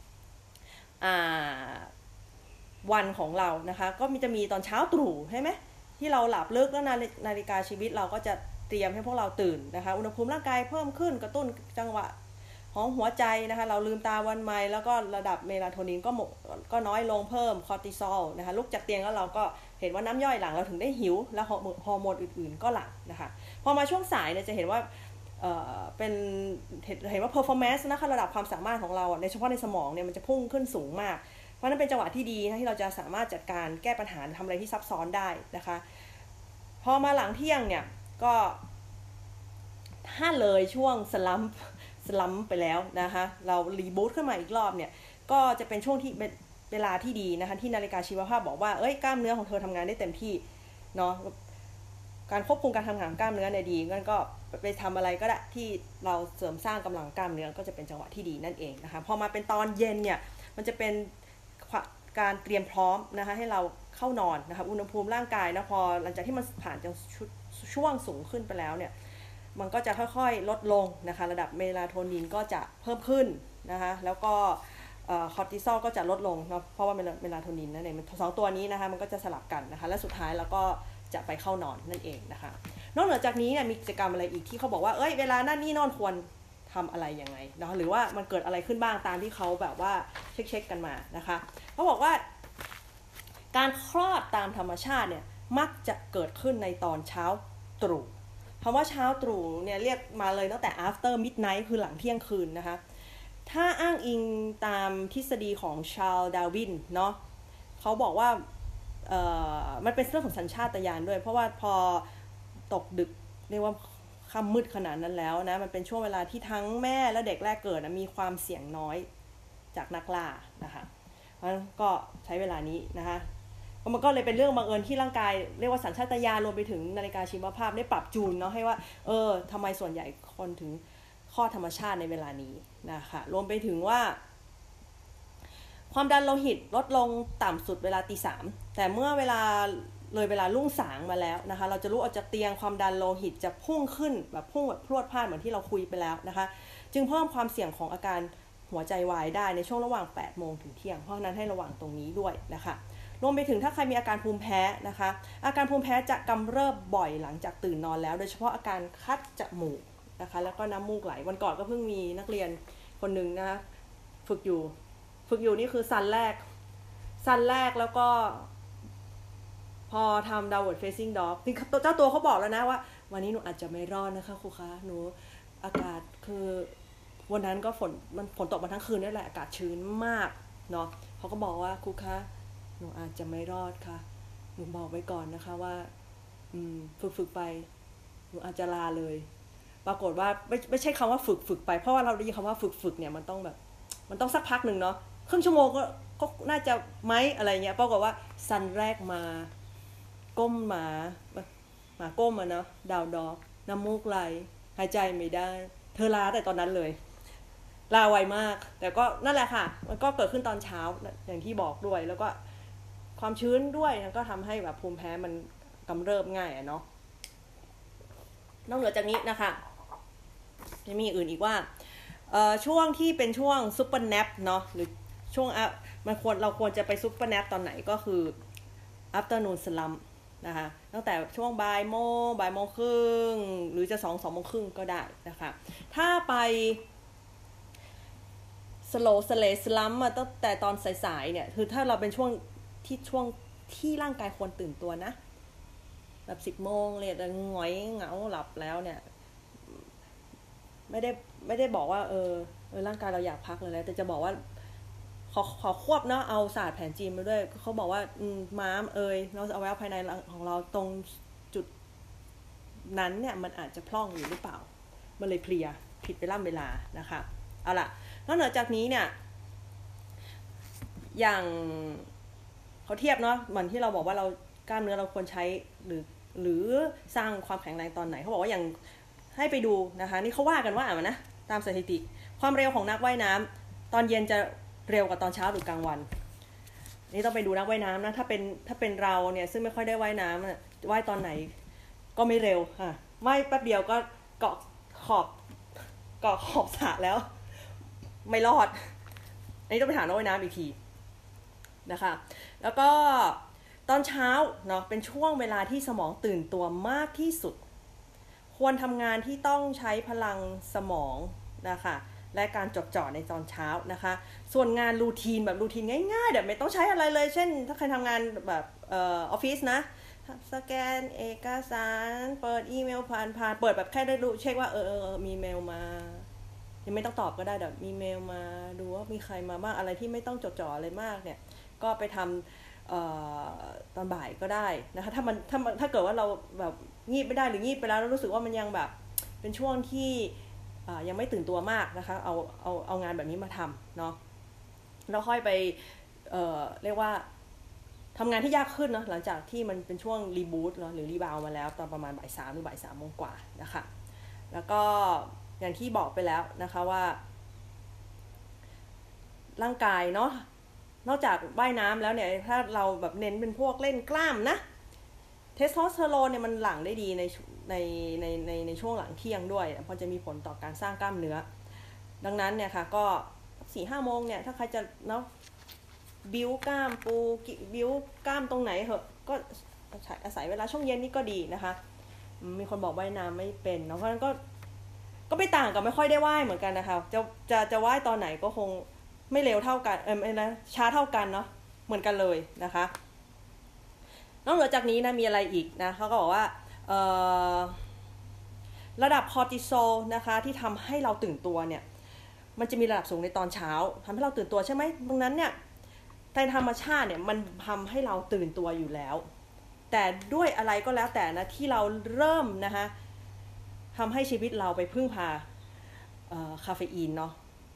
วันของเรานะคะก็จะมีตอนเช้าตรู่ใช่ไหมที่เราหลับลึกแล้วนาฬิกาชีวิตเราก็จะเตรียมให้พวกเราตื่นนะคะอุณหภูมิร่างกายเพิ่มขึ้นกระตุ้นจังหวะของหัวใจนะคะเราลืมตาวันใหม่แล้วก็ระดับเมลาโทนินก็น้อยลงเพิ่มคอร์ติซอลนะคะลุกจากเตียงแล้วเราก็เห็นว่าน้ำย่อยหลั่งเราถึงได้หิวแล้วฮอร์โมนอื่นๆก็หลั่งนะคะพอมาช่วงสายเนี่ยจะเห็นว่าเป็นเห็นว่า performance นะคะระดับความสามารถของเราในเฉพาะในสมองเนี่ยมันจะพุ่งขึ้นสูงมากเพราะนั้นเป็นจังหวะที่ดีนะที่เราจะสามารถจัดการแก้ปัญหาทำอะไรที่ซับซ้อนได้นะคะพอมาหลังเที่ยงเนี่ยก็ถ้าเลยช่วงสลัมไปแล้วนะคะเรารีบูตขึ้นมาอีกรอบเนี่ยก็จะเป็นช่วงที่เวลาที่ดีนะคะที่นาฬิกาชีวภาพบอกว่ากล้ามเนื้อของเธอทำงานได้เต็มที่เนาะการควบคุมการทำงานของกล้ามเนื้อในดีงั้นก็ไปทำอะไรก็ได้ที่เราเสริมสร้างกำลังกล้ามเนื้อก็จะเป็นจังหวะที่ดีนั่นเองนะคะพอมาเป็นตอนเย็นเนี่ยมันจะเป็นการเตรียมพร้อมนะคะให้เราเข้านอนนะคะอุณหภูมิร่างกายนะพอหลังจากที่มันผ่านจากช่วงสูงขึ้นไปแล้วเนี่ยมันก็จะค่อยๆลดลงนะคะระดับเมลาโทนินก็จะเพิ่มขึ้นนะคะแล้วก็คอร์ติซอลก็จะลดลงเนาะเพราะว่าเมลาโทนินนั่นเองสองตัวนี้นะคะมันก็จะสลับกันนะคะและสุดท้ายแล้วก็จะไปเข้านอนนั่นเองนะคะนอกเหนือจากนี้เนี่ยมีกิจกรรมอะไรอีกที่เขาบอกว่าเวลานั่นนี่นอนควรทำอะไรยังไงเนาะหรือว่ามันเกิดอะไรขึ้นบ้างตามที่เขาแบบว่าเช็คกันมานะคะเขาบอกว่าการคลอดตามธรรมชาติเนี่ยมักจะเกิดขึ้นในตอนเช้าตรู่คำว่าเช้าตรู่เนี่ยเรียกมาเลยตั้งแต่ after midnight คือหลังเที่ยงคืนนะคะถ้าอ้างอิงตามทฤษฎีของชาร์ลส์ ดาร์วินเนาะเขาบอกว่ามันเป็นเรื่องของสัญชาตญาณด้วยเพราะว่าพอตกดึกเรียกว่าค่ำมืดขนาดนั้นแล้วนะมันเป็นช่วงเวลาที่ทั้งแม่และเด็กแรกเกิดมีความเสี่ยงน้อยจากนักล่านะคะเพราะฉะนั้นก็ใช้เวลานี้นะคะมันก็เลยเป็นเรื่องบังเอิญที่ร่างกายเรียกว่าสัญชาตญาณรวมไปถึงนาฬิกาชีวภาพได้ปรับจูนเนาะให้ว่าทำไมส่วนใหญ่คนถึงข้อธรรมชาติในเวลานี้นะคะรวมไปถึงว่าความดันโลหิตลดลงต่ำสุดเวลาตีสามแต่เมื่อเวลาเลยเวลารุ่งสางมาแล้วนะคะเราจะรู้ออกจากเตียงความดันโลหิตจะพุ่งขึ้นแบบพุ่งแบบพรวดพลาดเหมือนที่เราคุยไปแล้วนะคะจึงเพิ่มความเสี่ยงของอาการหัวใจวายได้ในช่วงระหว่าง8 โมงถึงเที่ยงเพราะฉะนั้นให้ระวังตรงนี้ด้วยนะคะรวมไปถึงถ้าใครมีอาการภูมิแพ้นะคะอาการภูมิแพ้จะกำเริบบ่อยหลังจากตื่นนอนแล้วโดยเฉพาะอาการคัดจมูกนะคะแล้วก็น้ำมูกไหลวันก่อนก็เพิ่งมีนักเรียนคนหนึ่งนะคะฝึกอยู่นี่คือซันแรกแล้วก็พอทำ downward facing dog เจ้าตัวเขาบอกแล้วนะว่าวันนี้หนูอาจจะไม่รอดนะคะครูคะหนูอากาศคือวันนั้นก็ฝนตกมาทั้งคืนนี่แหละอากาศชื้นมากเนาะเขาก็บอกว่าครูคะหนูอาจจะไม่รอดค่ะหนูบอกไว้ก่อนนะคะว่าฝึกไปหนูอาจจะลาเลยปรากฏว่าไม่ใช่คำว่าฝึกไปเพราะว่าเราได้ยินคำว่าฝึกเนี่ยมันต้องสักพักหนึ่งเนาะครึ่งชั่วโมงก็น่าจะไหมอะไรเงี้ยปรากฏว่าซันแรกมาก้มหมาก้มเนาะดาวดอกน้ำมูกไหลหายใจไม่ได้เธอลาแต่ตอนนั้นเลยลาไวมากแต่ก็นั่นแหละค่ะมันก็เกิดขึ้นตอนเช้าอย่างที่บอกด้วยแล้วก็ความชื้นด้วยก็ทำให้แบบภูมิแพ้มันกำเริบง่ายเนาะนอกเหนือจากนี้นะคะจะมีอื่นอีกว่าช่วงที่เป็นช่วงซุปเปอร์แนปเนาะหรือช่วงเราควรจะไปซุปเปอร์แนปตอนไหนก็คือ afternoon slump นะคะตั้งแต่ช่วงบ่ายโมงครึ่งหรือจะ2 โมงครึ่งก็ได้นะคะถ้าไป slow slump มาตั้งแต่ตอนสายๆเนี่ยคือถ้าเราเป็นช่วงที่ร่างกายควรตื่นตัวนะแบบ10 โมงเลยแต่หงอยเหงาหลับแล้วเนี่ยไม่ได้บอกว่าร่างกายเราอยากพักเลยแล้วแต่จะบอกว่าขอควบเนาะเอาศาสตร์แผนจีนมาด้วยเขาบอกว่าม้ามเราเอาไว้ภายในของเราตรงจุดนั้นเนี่ยมันอาจจะพร่องอยู่หรือเปล่ามันเลยเพลียผิดไปล่ำเวลานะคะเอาล่ะนอกจากนี้เนี่ยอย่างเขาเทียบเนาะเหมือนที่เราบอกว่าเรากล้ามเนื้อเราควรใช้หรือสร้างความแข็งแรงตอนไหนเขาบอกว่าอย่างให้ไปดูนะคะนี่เขาว่ากันว่านะตามสถิติความเร็วของนักว่ายน้ำตอนเย็นจะเร็วกว่าตอนเช้าหรือกลางวันนี่ต้องไปดูนักว่ายน้ำนะถ้าเป็นเราเนี่ยซึ่งไม่ค่อยได้ว่ายน้ำว่ายตอนไหนก็ไม่เร็วค่ะว่ายแป๊บเดียวก็เกาะขอบสระแล้วไม่รอดอันนี้ต้องไปถามนักว่ายน้ำอีกทีนะคะแล้วก็ตอนเช้าเนาะเป็นช่วงเวลาที่สมองตื่นตัวมากที่สุดควรทำงานที่ต้องใช้พลังสมองนะคะและการจดจ่อในตอนเช้านะคะส่วนงานรูทีนแบบรูทีนง่ายๆแบบไม่ต้องใช้อะไรเลยเช่นถ้าใครทำงานแบบออฟฟิศนะสแกนเอกสารเปิดอีเมลผ่านเปิดแบบแค่ได้รู้เช็คว่ามีเมลมายังไม่ต้องตอบก็ได้แบบมีเมลมาดูว่ามีใครมาบ้างอะไรที่ไม่ต้องจดจ่ออะไรมากเนี่ยก็ไปทำตอนบ่ายก็ได้นะคะถ้าเกิดว่าเราแบบงีบไม่ได้หรืองีบไปแล้วรู้สึกว่ามันยังแบบเป็นช่วงที่ยังไม่ตื่นตัวมากนะคะเอางานแบบนี้มาทำเนาะแล้วค่อยไปเรียกว่าทำงานที่ยากขึ้นเนาะหลังจากที่มันเป็นช่วงรีบูตหรือรีบาวมาแล้วตอนประมาณบ่าย 3หรือบ่าย 3 โมงกว่านะคะแล้วก็อย่างที่บอกไปแล้วนะคะว่าร่างกายเนาะนอกจากว่ายน้ำแล้วเนี่ยถ้าเราแบบเน้นเป็นพวกเล่นกล้ามนะเทสโทสเตอโรนเนี่ยมันหลั่งได้ดีในช่วงหลังเที่ยงด้วยเพราะจะมีผลต่อการสร้างกล้ามเนื้อดังนั้นเนี่ยค่ะก็ 4-5 โมงเนี่ยถ้าใครจะเนาะบิ้วกล้ามบิ้วกล้ามตรงไหนเหอะก็อาศัยเวลาช่วงเย็นนี่ก็ดีนะคะมีคนบอกว่ายน้ำไม่เป็นเนาะเพราะฉะนั้นก็ไม่ต่างกับไม่ค่อยได้ว่ายเหมือนกันนะคะจะว่ายตอนไหนก็คงไม่เร็วเท่ากันช้าเท่ากันเนาะเหมือนกันเลยนะคะนอกจากนี้นะมีอะไรอีกนะเขาก็บอกว่าระดับคอร์ติซอลนะคะที่ทำให้เราตื่นตัวเนี่ยมันจะมีระดับสูงในตอนเช้าทำให้เราตื่นตัวใช่ไหมดังนั้นเนี่ยในธรรมชาติเนี่ยมันทำให้เราตื่นตัวอยู่แล้วแต่ด้วยอะไรก็แล้วแต่นะที่เราเริ่มนะคะทำให้ชีวิตเราไปพึ่งพาคาเฟอีนเนาะ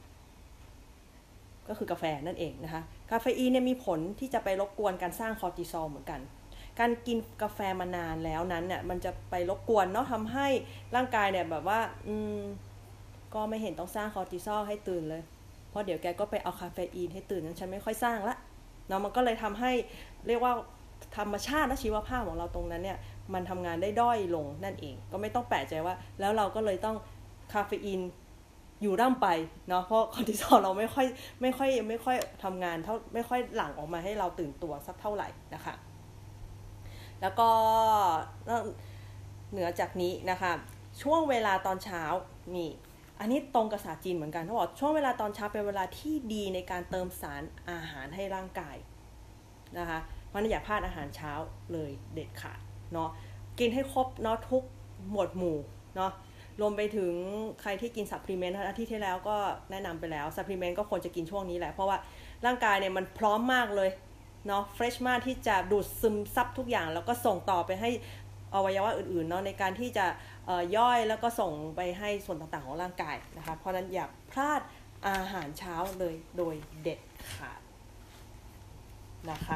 ก็คือกาแฟนั่นเองนะคะคาเฟอีนเนี่ยมีผลที่จะไปรบกวนการสร้างคอร์ติซอลเหมือนกันการกินกาแฟมานานแล้วนั้นเนี่ยมันจะไปรบกวนเนาะทำให้ร่างกายเนี่ยแบบว่าก็ไม่เห็นต้องสร้างคอร์ติซอลให้ตื่นเลยเพราะเดี๋ยวแกก็ไปเอาคาเฟอีนให้ตื่นนั้นฉันไม่ค่อยสร้างละเนาะมันก็เลยทำให้เรียกว่าธรรมชาติและชีวภาพของเราตรงนั้นเนี่ยมันทำงานได้ด้อยลงนั่นเองก็ไม่ต้องแปลกใจว่าแล้วเราก็เลยต้องคาเฟอีนอยู่ร่ำไปเนาะเพราะคอร์ติซอลเราไม่ค่อยทำงานเท่าไม่ค่อยหลั่งออกมาให้เราตื่นตัวสักเท่าไหร่นะคะแล้วก็เหนือจากนี้นะคะช่วงเวลาตอนเช้านี่อันนี้ตรงกับศาสตร์จีนเหมือนกันเขาบอกช่วงเวลาตอนเช้าเป็นเวลาที่ดีในการเติมสารอาหารให้ร่างกายนะคะเพราะฉะนั้นอย่าพลาดอาหารเช้าเลยเด็ดขาดเนาะกินให้ครบเนาะทุกหมวดหมู่เนาะรวมไปถึงใครที่กินซัพพลีเมนต์อาทิตย์ที่แล้วก็แนะนำไปแล้วซัพพลีเมนต์ก็ควรจะกินช่วงนี้แหละเพราะว่าร่างกายเนี่ยมันพร้อมมากเลยเนาะเฟรชมากที่จะดูดซึมซับทุกอย่างแล้วก็ส่งต่อไปให้อวัยวะอื่นๆเนาะในการที่จะย่อยแล้วก็ส่งไปให้ส่วนต่างๆของร่างกายนะคะเพราะนั้นอย่าพลาดอาหารเช้าเลยโดยเด็ดขาดนะคะ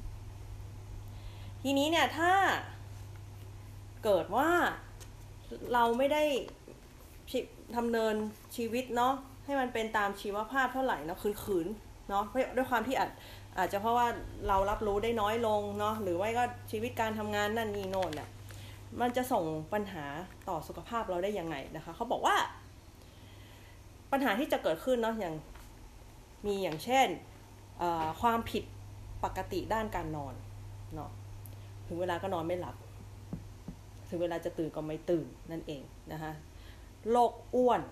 ทีนี้เนี่ยถ้าเกิดว่าเราไม่ได้ดำเนินชีวิตเนาะให้มันเป็นตามชีวภาพเท่าไหร่เนาะขืนๆเนาะด้วยความที่อาจจะเพราะว่าเรารับรู้ได้น้อยลงเนาะหรือว่าก็ชีวิตการทำงานนั่นนี่โน่นเนี่ยมันจะส่งปัญหาต่อสุขภาพเราได้ยังไงนะคะเขาบอกว่าปัญหาที่จะเกิดขึ้นเนาะอย่างเช่นความผิดปกติด้านการนอนเนาะถึงเวลาก็นอนไม่หลับถึงเวลาจะตื่นก็ไม่ตื่นนั่นเองนะคะโรคอ้วน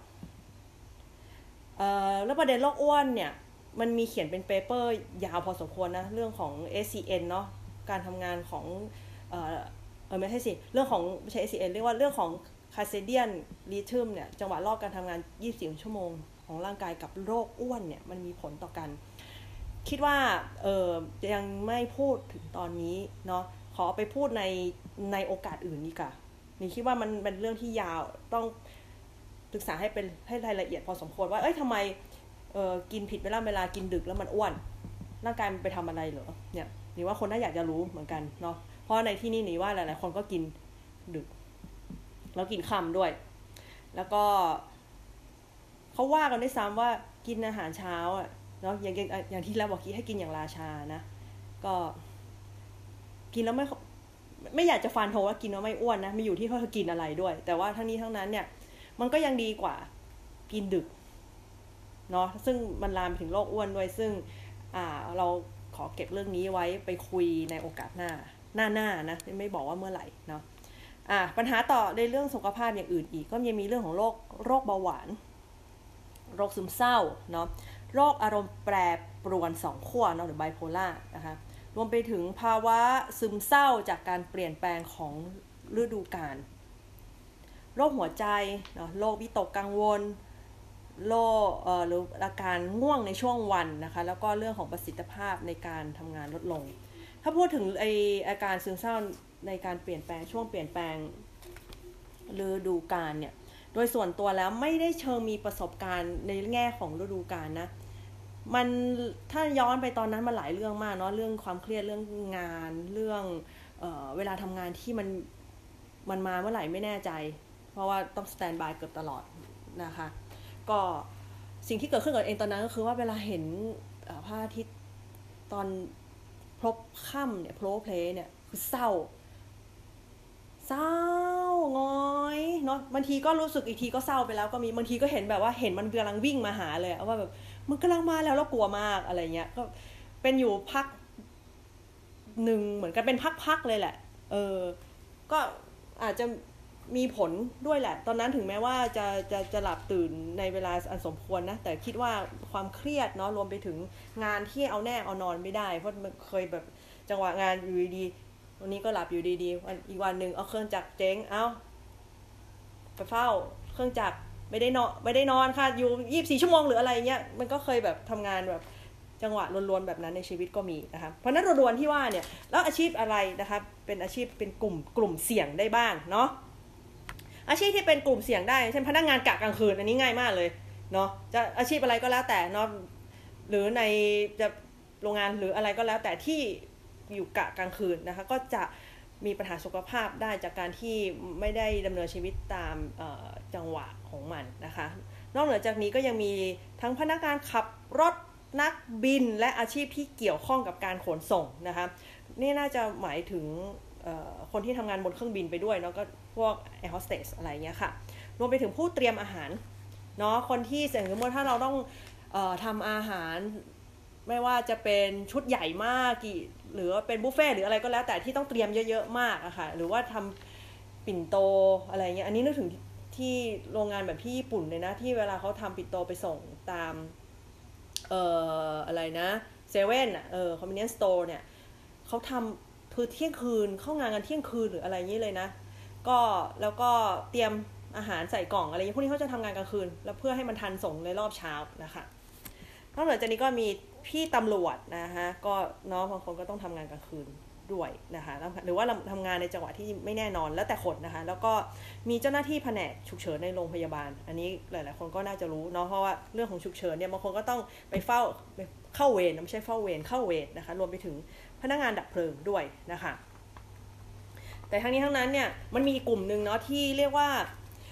แล้วประเด็นโรคอ้วนเนี่ยมันมีเขียนเป็นเปเปอร์ยาวพอสมควรนะเรื่องของ SCN เนาะการทำงานของไม่ใช่สิเรื่องของไม่ใช่ SCN เรียกว่าเรื่องของ Circadian Rhythm เนี่ยจังหวะรอบการทำงาน24ชั่วโมงของร่างกายกับโรคอ้วนเนี่ยมันมีผลต่อกันคิดว่ายังไม่พูดถึงตอนนี้เนาะขอไปพูดในโอกาสอื่นดีกว่านี่คิดว่ามันเป็นเรื่องที่ยาวต้องศึกษาให้รายละเอียดพอสมควรว่าทำไมกินผิดเวลากินดึกแล้วมันอ้วนร่างกายมันไปทำอะไรเหรอเนี่ยนี่ว่าคนน่าอยากจะรู้เหมือนกันเนาะเพราะในที่นี่นี่ว่าหลายๆคนก็กินดึกแล้วกินค่ำด้วยแล้วก็เขาว่ากันด้วยซ้ำว่ากินอาหารเช้าอ่ะเนาะอย่างที่เราบอกให้กินอย่างราชานะก็กินแล้วไม่อยากจะฟันธงว่ากินแล้วไม่อ้วนนะไม่อยู่ที่เขากินอะไรด้วยแต่ว่าทั้งนี้ทั้งนั้นเนี่ยมันก็ยังดีกว่ากินดึกเนาะซึ่งมันลามไปถึงโรคอ้วนด้วยซึ่งเราขอเก็บเรื่องนี้ไว้ไปคุยในโอกาสหน้านะไม่บอกว่าเมื่อไหร่เนาะปัญหาต่อในเรื่องสุขภาพอย่างอื่นอีกก็ยังมีเรื่องของโรคเบาหวานโรคซึมเศร้าเนาะโรคอารมณ์แปรปรวน2ขั้วเนาะหรือไบโพล่านะคะรวมไปถึงภาวะซึมเศร้าจากการเปลี่ยนแปลงของฤดูกาลโรคหัวใจเนาะโรควิตกกังวลโรคหรืออาการง่วงในช่วงวันนะคะแล้วก็เรื่องของประสิทธิภาพในการทำงานลดลงถ้าพูดถึงอาการซึมเศร้าในการเปลี่ยนแปลงช่วงเปลี่ยนแปลงฤดูกาลเนี่ยโดยส่วนตัวแล้วไม่ได้เชิงมีประสบการณ์ในแง่ของฤดูกาลนะมันถ้าย้อนไปตอนนั้นมันหลายเรื่องมากเนาะเรื่องความเครียดเรื่องงานเรื่องเวลาทำงานที่มันมาเมื่อไหร่ไม่แน่ใจเพราะว่าต้องสแตนด์บายเกือบตลอดนะคะก็สิ่งที่เกิดขึ้นกับเองตอนนั้นก็คือว่าเวลาเห็นพระอาทิตย์ตอนพลบค่ำเนี่ยโพลเพลเนี่ยคือเศร้างอยเนาะบางทีก็รู้สึกอีกทีก็เศร้าไปแล้วก็มีบางทีก็เห็นแบบว่าเห็นมันกำลังวิ่งมาหาเลยว่าแบบมันกำลังมาแล้วกลัวมากอะไรเงี้ยก็เป็นอยู่พักหนึ่งเหมือนกันเป็นพักๆเลยแหละก็อาจจะมีผลด้วยแหละตอนนั้นถึงแม้ว่าจะหลับตื่นในเวลาอันสมควรนะแต่คิดว่าความเครียดเนาะรวมไปถึงงานที่เอาแน่เอานอนไม่ได้เพราะมันเคยแบบจังหวะงานอยู่ดีๆวันนี้ก็หลับอยู่ดีๆอีกวันนึงเอาเครื่องจักรเจ๊งไปเฝ้าเครื่องจักรไม่ได้นอนค่ะอยู่24ชั่วโมงหรืออะไรเงี้ยมันก็เคยแบบทำงานแบบจังหวะรวนๆแบบนั้นในชีวิตก็มีนะคะเพราะนั้นรวนๆที่ว่าเนี่ยแล้วอาชีพอะไรนะคะเป็นอาชีพเป็นกลุ่มเสี่ยงได้บ้างเนาะอาชีพที่เป็นกลุ่มเสี่ยงได้เช่นพนักงานกะกลางคืนอันนี้ง่ายมากเลยเนาะจะอาชีพอะไรก็แล้วแต่เนาะหรือในจะโรงงานหรืออะไรก็แล้วแต่ที่อยู่กะกลางคืนนะคะก็จะมีปัญหาสุขภาพได้จากการที่ไม่ได้ดำเนินชีวิตตามจังหวะของมันนะคะนอกเหนือจากนี้ก็ยังมีทั้งพนักงานขับรถนักบินและอาชีพที่เกี่ยวข้องกับการขนส่งนะคะนี่น่าจะหมายถึงคนที่ทำงานบนเครื่องบินไปด้วยเนาะก็พวกแอร์โฮสเตสอะไรเงี้ยค่ะรวมไปถึงผู้เตรียมอาหารเนาะคนที่สมมติถ้าเราต้องทำอาหารไม่ว่าจะเป็นชุดใหญ่มากหรือว่าเป็นบุฟเฟ่หรืออะไรก็แล้วแต่ที่ต้องเตรียมเยอะๆมากอะค่ะหรือว่าทำปิ่นโตอะไรเงี้ยอันนี้นึกถึงที่โรงงานแบบที่ญี่ปุ่นเลยนะที่เวลาเขาทำปิ่นโตไปส่งตามอะไรนะเซเว่นคอมมิวนิสต์สโตร์เนี่ยเขาทำคือเที่ยงคืนเข้างานกันเที่ยงคืนหรืออะไรอย่างนี้เลยนะก็แล้วก็เตรียมอาหารใส่กล่องอะไรอย่างนี้พวกนี้เขาจะทำงานกลางคืนแล้วเพื่อให้มันทันส่งในรอบเช้านะคะนอกจากนี้ก็มีพี่ตำรวจนะคะก็น้องบางคนก็ต้องทำงานกลางคืนด้วยนะคะหรือว่าทำงานในจังหวะที่ไม่แน่นอนแล้วแต่คนนะคะแล้วก็มีเจ้าหน้าที่แผนกฉุกเฉินในโรงพยาบาลอันนี้หลายๆคนก็น่าจะรู้เนาะเพราะว่าเรื่องของฉุกเฉินเนี่ยบางคนก็ต้องไปเข้าเวรไม่ใช่เฝ้าเวรเข้าเวรนะคะรวมไปถึงพนักงานดับเพลิงด้วยนะคะแต่ทั้งนี้ทั้งนั้นเนี่ยมันมีกลุ่มนึงเนาะที่เรียกว่า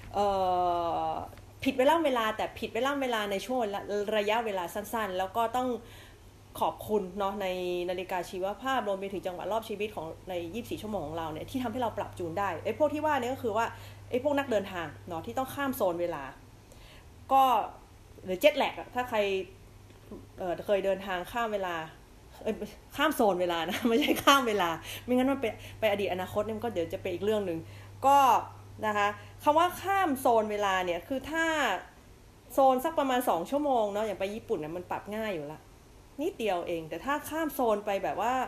ผิดเวลาแต่ผิดเวลาในช่วงระยะเวลาสั้นๆแล้วก็ต้องขอบคุณเนาะในนาฬิกาชีวภาพรวมไปถึงจังหวะรอบชีวิตของใน24ชั่วโมงของเราเนี่ยที่ทำให้เราปรับจูนได้ไอ้พวกที่ว่านี่ก็คือว่าไอ้พวกนักเดินทางเนาะที่ต้องข้ามโซนเวลาก็หรือเจ็ตแลกถ้าใครเคยเดินทางข้ามเวลาข้ามโซนเวลานะไม่ใช่ข้ามเวลาไม่งั้นมันไปอดีตอนาคตเนี่ยก็เดี๋ยวจะเป็นอีกเรื่องนึงก็นะคะคำว่าข้ามโซนเวลาเนี่ยคือถ้าโซนสักประมาณ2ชั่วโมงเนาะอย่างไปญี่ปุ่นเนี่ยมันปรับง่ายอยู่ละนิดเดียวเองแต่ถ้าข้ามโซนไปแบบว่า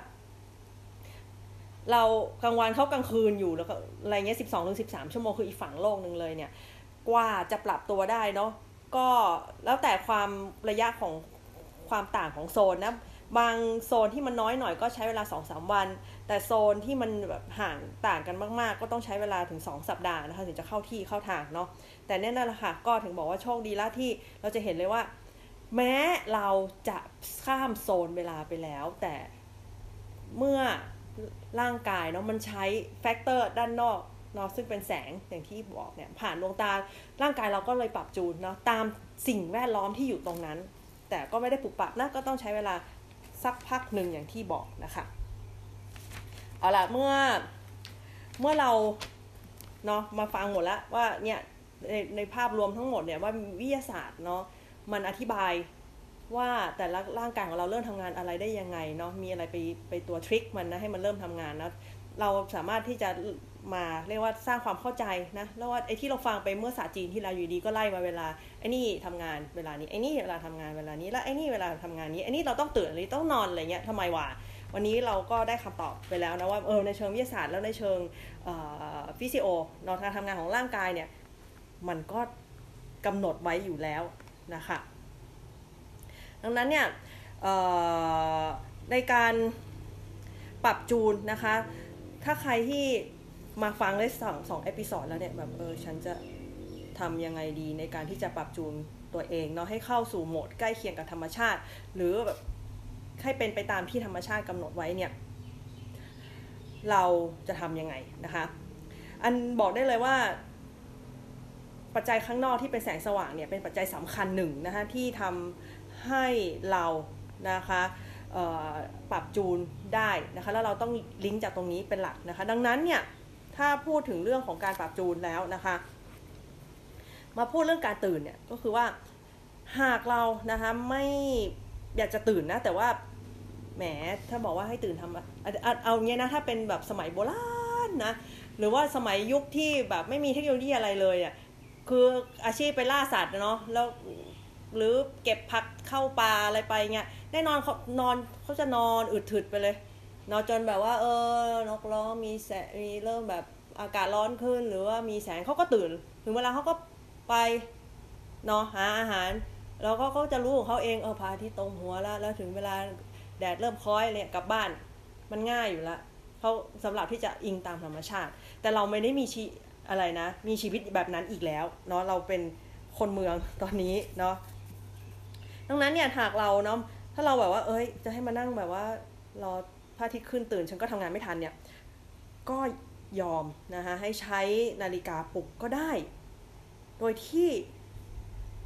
เรากลางวันเขากลางคืนอยู่แล้วก็อะไรเงี้ย12-13ชั่วโมงคืออีกฝั่งโลกนึงเลยเนี่ยกว่าจะปรับตัวได้เนาะก็แล้วแต่ความระยะของความต่างของโซนนะบางโซนที่มันน้อยหน่อยก็ใช้เวลา 2-3 วันแต่โซนที่มันแบบห่างต่างกันมากๆก็ต้องใช้เวลาถึง2สัปดาห์นะคะถึงจะเข้าที่เข้าทางเนาะแต่นั่นแหละค่ะก็ถึงบอกว่าโชคดีละที่เราจะเห็นเลยว่าแม้เราจะข้ามโซนเวลาไปแล้วแต่เมื่อร่างกายเนาะมันใช้แฟกเตอร์ด้านนอกเนาะซึ่งเป็นแสงอย่างที่บอกเนี่ยผ่านดวงตาร่างกายเราก็เลยปรับจูนเนาะตามสิ่งแวดล้อมที่อยู่ตรงนั้นแต่ก็ไม่ได้ปรับปรับนะก็ต้องใช้เวลาสักพักหนึ่งอย่างที่บอกนะคะเอาล่ะเมื่อเราเนาะมาฟังหมดแล้วว่าเนี่ยในภาพรวมทั้งหมดเนี่ยว่าวิทยาศาสตร์เนาะมันอธิบายว่าแต่ละร่างกายของเราเริ่มทำงานอะไรได้ยังไงเนาะมีอะไรไปตัวทริคมันนะให้มันเริ่มทำงานนะเราสามารถที่จะมาเรียกว่าสร้างความเข้าใจนะแล้วว่าไอ้ที่เราฟังไปเมื่อศาสตร์จีนที่เราอยู่ดีก็ไล่มาเวลาไอ้นี่ทำงานเวลานี้ไอ้นี่เวลาทำงานเวลานี้แล้วไอ้นี่เวลาทำงานนี้ไอ้นี่เราต้องตื่นหรือต้องนอนอะไรเงี้ยทำไมวะวันนี้เราก็ได้คำตอบไปแล้วนะว่าในเชิงวิทยาศาสตร์แล้วในเชิงฟิสิโอเราการทำงานของร่างกายเนี่ยมันก็กำหนดไว้อยู่แล้วนะคะดังนั้นเนี่ยในการปรับจูนนะคะถ้าใครที่มาฟังได้2เอพิโซดแล้วเนี่ยแบบฉันจะทำยังไงดีในการที่จะปรับจูนตัวเองเนาะให้เข้าสู่โหมดใกล้เคียงกับธรรมชาติหรือแบบให้เป็นไปตามที่ธรรมชาติกำหนดไว้เนี่ยเราจะทำยังไงนะคะอันบอกได้เลยว่าปัจจัยข้างนอกที่เป็นแสงสว่างเนี่ยเป็นปัจจัยสำคัญหนึ่งนะคะที่ทำให้เรานะคะปรับจูนได้นะคะแล้วเราต้องลิงก์จากตรงนี้เป็นหลักนะคะดังนั้นเนี่ยถ้าพูดถึงเรื่องของการปรับจูนแล้วนะคะมาพูดเรื่องการตื่นเนี่ยก็คือว่าหากเรานะคะไม่อยากจะตื่นนะแต่ว่าแหมถ้าบอกว่าให้ตื่นทำเอาเงี้ยนะถ้าเป็นแบบสมัยโบราณนะหรือว่าสมัยยุคที่แบบไม่มีเทคโนโลยีอะไรเลยอ่ะคืออาชีพไปล่าสัตว์เนาะแล้วหรือเก็บผักเข้าป่าอะไรไปเงี้ยแน่นอนเขาจะนอนอึดถึดไปเลยนอนจนแบบว่านกร้องมีแสงมีเริ่มแบบอากาศร้อนขึ้นหรือว่ามีแสงเขาก็ตื่นถึงเวลาเขาก็ไปเนาะหาอาหารแล้วก็เขาจะรู้ของเขาเองพระอาทิตย์ตรงหัวแล้วถึงเวลาแดดเริ่มค้อยเนี่ยกลับบ้านมันง่ายอยู่ละเขาสำหรับที่จะอิงตามธรรมชาติแต่เราไม่ได้มีอะไรนะมีชีวิตแบบนั้นอีกแล้วเนาะเราเป็นคนเมืองตอนนี้เนาะดังนั้นเนี่ยหากเราเนาะถ้าเราแบบว่าจะให้มานั่งแบบว่ารอพระอาทิตย์ขึ้นตื่นฉันก็ทำงานไม่ทันเนี่ยก็ยอมนะคะให้ใช้นาฬิกาปลุกก็ได้โดยที่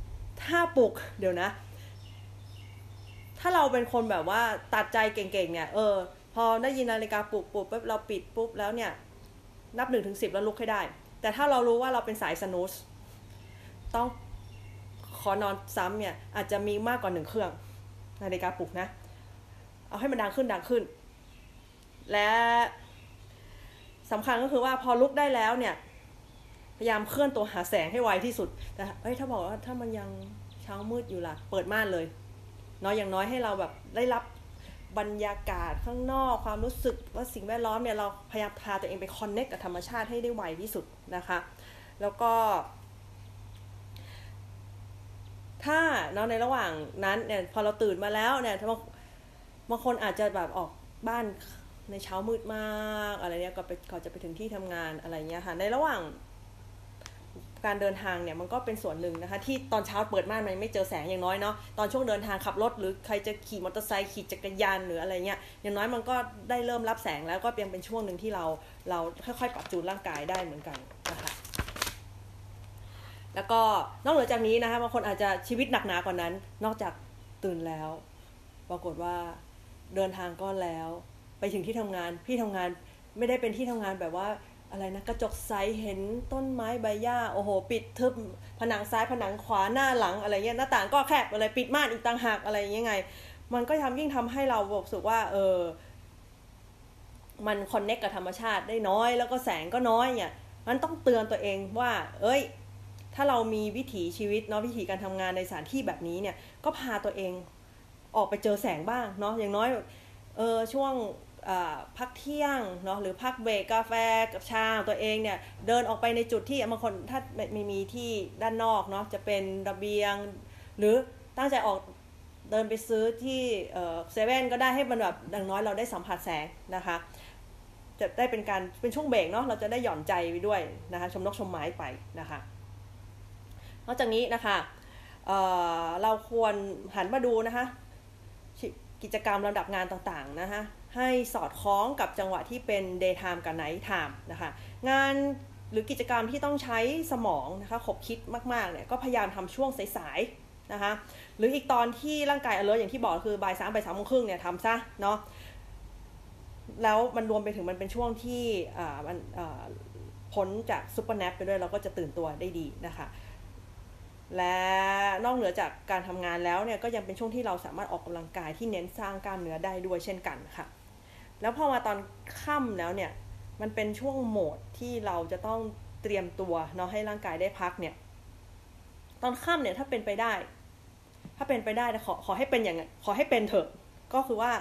ถ้าปลุกเดี๋ยวนะถ้าเราเป็นคนแบบว่าตัดใจเก่งๆเนี่ยพอได้ยินนาฬิกาปลุกปุ๊บเราปิดปุ๊บแล้วเนี่ยนับ 1-10 แล้วลุกให้ได้แต่ถ้าเรารู้ว่าเราเป็นสายสนูสต้องขอนอนซ้ำเนี่ยอาจจะมีมากกว่า1เครื่องนาฬิกาปลุกนะเอาให้มันดังขึ้นและสำคัญก็คือว่าพอลุกได้แล้วเนี่ยพยายามเคลื่อนตัวหาแสงให้ไวที่สุดแต่ถ้าบอกว่าถ้ามันยังเช้ามืดอยู่ล่ะเปิดม่านเลยเนาะอย่างน้อยให้เราแบบได้รับบรรยากาศข้างนอกความรู้สึกว่าสิ่งแวดล้อมเนี่ยเราพยายามพาตัวเองไปคอนเนคกับธรรมชาติให้ได้ไวที่สุดนะคะแล้วก็ถ้าเนาะในระหว่างนั้นเนี่ยพอเราตื่นมาแล้วเนี่ยบางคนอาจจะแบบออกบ้านในเช้ามืดมากอะไรเนี่ยก่อนจะไปถึงที่ทำงานอะไรเงี้ยค่ะในระหว่างการเดินทางเนี่ยมันก็เป็นส่วนหนึ่งนะคะที่ตอนเช้าเปิดม่านมันไม่เจอแสงอย่างน้อยเนาะตอนช่วงเดินทางขับรถหรือใครจะขี่มอเตอร์ไซค์ขี่จักรยานหรืออะไรเงี้ยอย่างน้อยมันก็ได้เริ่มรับแสงแล้วก็ยังเป็นช่วงหนึ่งที่เราค่อยๆปรับจูนร่างกายได้เหมือนกันนะคะแล้วก็นอกเหนือจากนี้นะคะบางคนอาจจะชีวิตหนักหนากว่านั้นนอกจากตื่นแล้วปรากฏว่าเดินทางก็แล้วไปถึงที่ทำงานไม่ได้เป็นที่ทำงานแบบว่าอะไรนะกระจกใสเห็นต้นไม้ใบหญ้าโอ้โหปิดทึบผนังซ้ายผนังขวาหน้าหลังอะไรเงี้ยหน้าต่างก็แคบอะไรปิดม่านอีกต่างหากอะไรยังไงมันก็ยิ่งทำให้เรารู้สึกว่ามันคอนเนคกับธรรมชาติได้น้อยแล้วก็แสงก็น้อยเนี่ยมันต้องเตือนตัวเองว่าถ้าเรามีวิถีชีวิตเนาะวิถีการทำงานในสถานที่แบบนี้เนี่ยก็พาตัวเองออกไปเจอแสงบ้างเนาะอย่างน้อยช่วงพักเที่ยงเนาะหรือพักเบรกกาแฟกับชาตัวเองเนี่ยเดินออกไปในจุดที่บางคนถ้าไม่มีที่ด้านนอกเนาะจะเป็นระเบียงหรือตั้งใจออกเดินไปซื้อที่เซเว่นก็ได้ให้มันแบบอย่างน้อยเราได้สัมผัสแสงนะคะจะได้เป็นช่วงเบรกเนาะเราจะได้หย่อนใจไปด้วยนะคะชมนกชมไม้ไปนะคะนอกจากนี้นะคะเราควรหันมาดูนะคะกิจกรรมลำดับงานต่างๆนะคะให้สอดคล้องกับจังหวะที่เป็น day time กับ night time นะคะงานหรือกิจกรรมที่ต้องใช้สมองนะคะขบคิดมากๆเนี่ยก็พยายามทำช่วงสายๆนะคะหรืออีกตอนที่ร่างกาย alert อย่างที่บอกคือบ่าย 3 บ่าย 3 โมงครึ่งเนี่ยทำซะเนาะแล้วมันรวมไปถึงมันเป็นช่วงที่มันพ้นจากซุปเปอร์แนปไปด้วยเราก็จะตื่นตัวได้ดีนะคะและนอกเหนือจากการทำงานแล้วเนี่ยก็ยังเป็นช่วงที่เราสามารถออกกำลังกายที่เน้นสร้างกล้ามเนื้อได้ด้วยเช่นกันค่ะแล้วพอมาตอนค่ำแล้วเนี่ยมันเป็นช่วงโหมดที่เราจะต้องเตรียมตัวเนาะให้ร่างกายได้พักเนี่ยตอนค่ำเนี่ยถ้าเป็นไปได้ขอให้เป็นอย่างขอให้เป็นเถอะก็คือว่า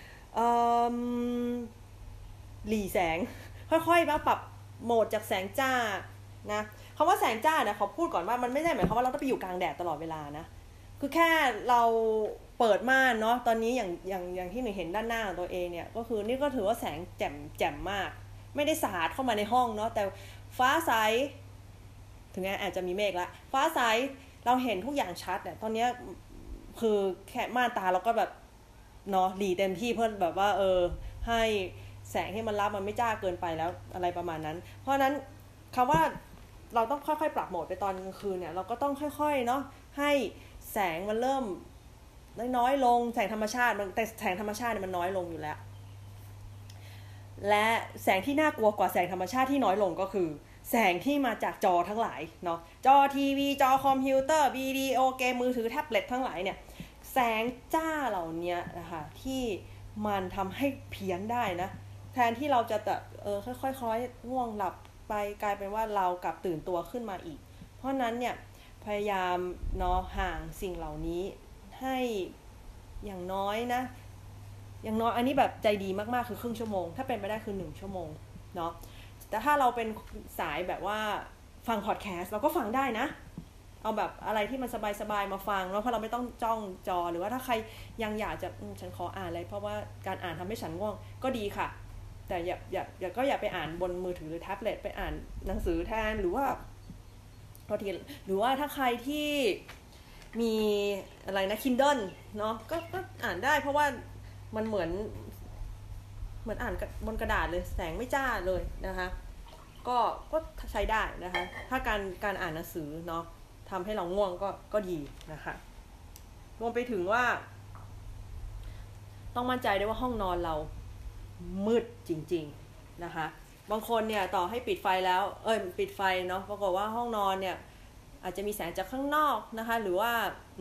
หลีแสงค่อยๆมาปรับโหมดจากแสงจ้านะคำว่าแสงจ้าเนี่ยขอพูดก่อนว่ามันไม่ได้หมายความว่าเราต้องไปอยู่กลางแดดตลอดเวลานะคือแค่เราเปิดม่านเนาะตอนนี้อย่างที่หนูเห็นด้านหน้าของตัวเองเนี่ยก็คือนี่ก็ถือว่าแสงแจ่มมากไม่ได้สาดเข้ามาในห้องเนาะแต่ฟ้าใสถึงแม้อาจจะมีเมฆละฟ้าใสเราเห็นทุกอย่างชัดเนี่ยตอนนี้คือแค่ม่านตาเราก็แบบเนาะหลีเต็มที่เพื่อแบบว่าให้แสงให้มันรับมันไม่จ้าเกินไปแล้วอะไรประมาณนั้นเพราะนั้นคำว่าเราต้องค่อยๆปรับโหมดไปตอนกลางคืนเนี่ยเราก็ต้องค่อยๆเนาะให้แสงมันเริ่มน้อยลงแสงธรรมชาติแต่แสงธรรมชาติเนี่ยมันน้อยลงอยู่แล้วและแสงที่น่ากลัวกว่าแสงธรรมชาติที่น้อยลงก็คือแสงที่มาจากจอทั้งหลายเนาะจอทีวีจอคอมพิวเตอร์วิดีโอเกมมือถือแท็บเล็ตทั้งหลายเนี่ยแสงจ้าเหล่านี้นะคะที่มันทำให้เพี้ยนได้นะแทนที่เราจะค่อยๆง่วงหลับไปกลายเป็นว่าเรากลับตื่นตัวขึ้นมาอีกเพราะนั้นเนี่ยพยายามเนาะห่างสิ่งเหล่านี้ให้อย่างน้อยนะอย่างน้อยอันนี้แบบใจดีมากๆคือครึ่งชั่วโมงถ้าเป็นไปได้คือ1ชั่วโมงเนาะแต่ถ้าเราเป็นสายแบบว่าฟังพอดแคสต์เราก็ฟังได้นะเอาแบบอะไรที่มันสบายๆมาฟังแล้วเพราะเราไม่ต้องจ้องจอหรือว่าถ้าใครยังอยากจะฉันขออ่านอะไรเพราะว่าการอ่านทำให้ฉันง่วงก็ดีค่ะแต่อย่าไปอ่านบนมือถือหรือแท็บเล็ตไปอ่านหนังสือแทนหรือว่าถ้าใครที่มีอะไรนะ Kindle เนาะก็อ่านได้เพราะว่ามันเหมือนอ่านบนกระดาษเลยแสงไม่จ้าเลยนะคะก็ใช้ได้นะคะถ้าการอ่านหนังสือเนาะทำให้เราง่วงก็ดีนะคะรวมไปถึงว่าต้องมั่นใจด้วยว่าห้องนอนเรามืดจริงๆนะคะบางคนเนี่ยต่อให้ปิดไฟแล้วปิดไฟเนาะปรากฏว่าห้องนอนเนี่ยอาจจะมีแสงจากข้างนอกนะคะหรือว่า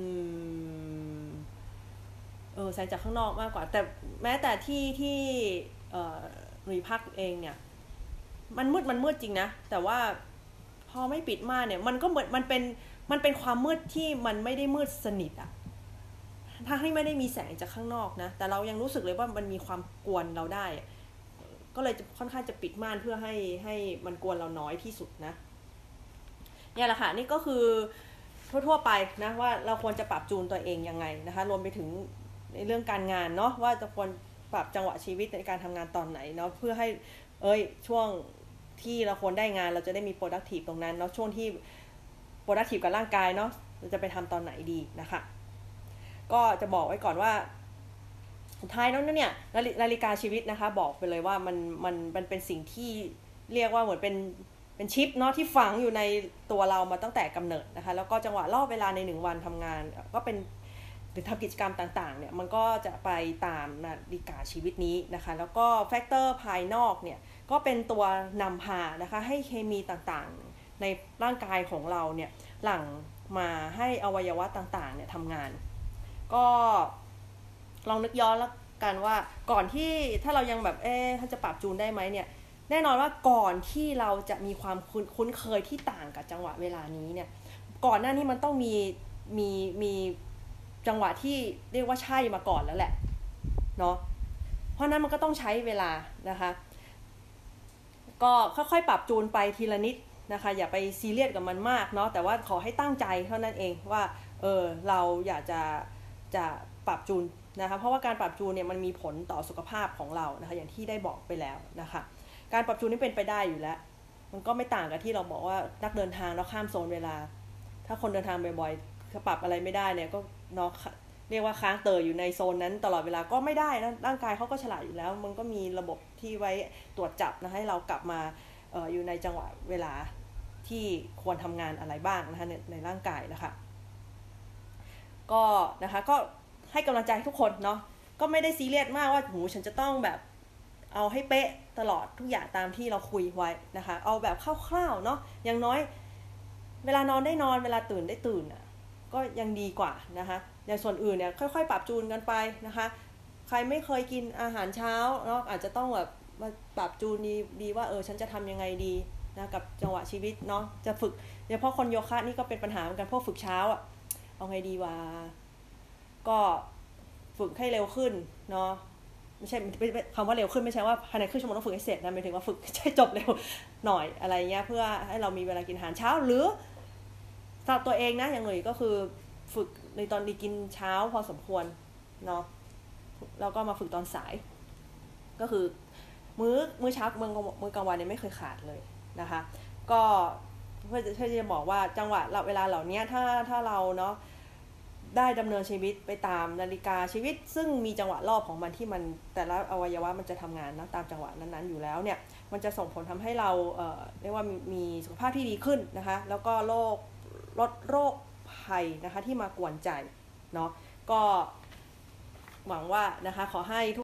แสงจากข้างนอกมากกว่าแต่แม้แต่ที่หน่วยพักเองเนี่ยมันมืดจริงนะแต่ว่าพอไม่ปิดม่านเนี่ยมันก็เหมือนมันเป็นความมืดที่มันไม่ได้มืดสนิทอะถ้าให้ไม่ได้มีแสงจากข้างนอกนะแต่เรายังรู้สึกเลยว่ามันมีความกวนเราได้ก็เลยจะค่อนข้างจะปิดม่านเพื่อให้มันกวนเราน้อยที่สุดนะเนี่ยแหละค่ะนี่ก็คือทั่วๆไปนะว่าเราควรจะปรับจูนตัวเองยังไงนะคะรวมไปถึงในเรื่องการงานเนาะว่าจะควรปรับจังหวะชีวิตในการทำงานตอนไหนเนาะเพื่อให้ช่วงที่เราควรได้งานเราจะได้มี productive ตรงนั้นเนาะช่วงที่ productive กับร่างกายเนาะเราจะไปทำตอนไหนดีนะคะก็จะบอกไว้ก่อนว่าสุดท้ายแล้วเนี่ยนาฬิกาชีวิตนะคะบอกไปเลยว่ามันเป็นสิ่งที่เรียกว่าเหมือนเป็นชิปเนาะที่ฝังอยู่ในตัวเรามาตั้งแต่กำเนิดนะคะแล้วก็จังหวะรอบเวลาใน1วันทำงานก็เป็นหรือทำกิจกรรมต่างๆเนี่ยมันก็จะไปตามนาฬิกาชีวิตนี้นะคะแล้วก็แฟกเตอร์ภายนอกเนี่ยก็เป็นตัวนำพานะคะให้เคมีต่างๆในร่างกายของเราเนี่ยหลั่งมาให้อวัยวะต่างๆเนี่ยทำงานก็ลองนึกย้อนแล้วกันว่าก่อนที่ถ้าเรายังแบบถ้าจะปรับจูนได้ไหมเนี่ยแน่นอนว่าก่อนที่เราจะมีความคุ้นเคยที่ต่างกับจังหวะเวลานี้เนี่ยก่อนหน้านี้มันต้องมีจังหวะที่เรียกว่าใช่มาก่อนแล้วแหละเนาะเพราะนั้นมันก็ต้องใช้เวลานะคะก็ค่อยๆปรับจูนไปทีละนิดนะคะอย่าไปซีเรียสกับมันมากเนาะแต่ว่าขอให้ตั้งใจเท่านั้นเองว่าเราอยากจะปรับจูนนะคะเพราะว่าการปรับจูนเนี่ยมันมีผลต่อสุขภาพของเรานะคะอย่างที่ได้บอกไปแล้วนะคะการปรับจูนนี่เป็นไปได้อยู่แล้วมันก็ไม่ต่างกับที่เราบอกว่านักเดินทางเราข้ามโซนเวลาถ้าคนเดินทางบ่อยๆปรับอะไรไม่ได้เนี่ยก็เนาะเรียกว่าค้างเตยอยู่ในโซนนั้นตลอดเวลาก็ไม่ได้นะร่างกายเขาก็ฉลาดอยู่แล้วมันก็มีระบบที่ไว้ตรวจจับนะให้เรากลับมาอยู่ในจังหวะเวลาที่ควรทำงานอะไรบ้างนะคะในร่างกายนะคะก็นะคะก็ให้กำลังใจทุกคนเนาะก็ไม่ได้ซีเรียสมากว่าโหฉันจะต้องแบบเอาให้เป๊ะตลอดทุกอย่างตามที่เราคุยไว้นะคะเอาแบบคร่าวๆเนาะอย่างน้อยเวลานอนได้นอนเวลาตื่นได้ตื่นอ่ะก็ยังดีกว่านะคะอย่างส่วนอื่นเนี่ยค่อยๆปรับจูนกันไปนะคะใครไม่เคยกินอาหารเช้าเนาะอาจจะต้องแบบมาปรับจูนดีว่าฉันจะทำยังไงดีนะกับจังหวะชีวิตเนาะจะฝึกโดยเฉพาะคนโยคะนี่ก็เป็นปัญหาเหมือนกันพวกฝึกเช้าอ่ะเอาไงดีวะก็ฝึกให้เร็วขึ้นเนาะไม่ใช่คำว่าเร็วขึ้นไม่ใช่ว่าภายในครึ่งชั่วโมงต้องฝึกให้เสร็จนะหมายถึงว่าฝึกให้จบเร็วหน่อยอะไรเงี้ยเพื่อให้เรามีเวลากินอาหารเช้าหรือสำหรับตัวเองนะอย่างหนึ่งก็คือฝึกในตอนดีกินเช้าพอสมควรเนาะแล้วก็มาฝึกตอนสายก็คือมื้อเช้ามื้อกลางวันเนี่ยไม่เคยขาดเลยนะคะก็เพื่อจะบอกว่าจังหวะเวลาเหล่านี้ถ้าเราเนาะได้ดำเนินชีวิตไปตามนาฬิกาชีวิตซึ่งมีจังหวะรอบของมันที่มันแต่ละอวัยวะมันจะทำงานนะตามจังหวะนั้นๆอยู่แล้วเนี่ยมันจะส่งผลทำให้เราเรียกว่ามีสุขภาพที่ดีขึ้นนะคะแล้วก็ลดโรคภัยนะคะที่มากวนใจเนาะก็หวังว่านะคะขอให้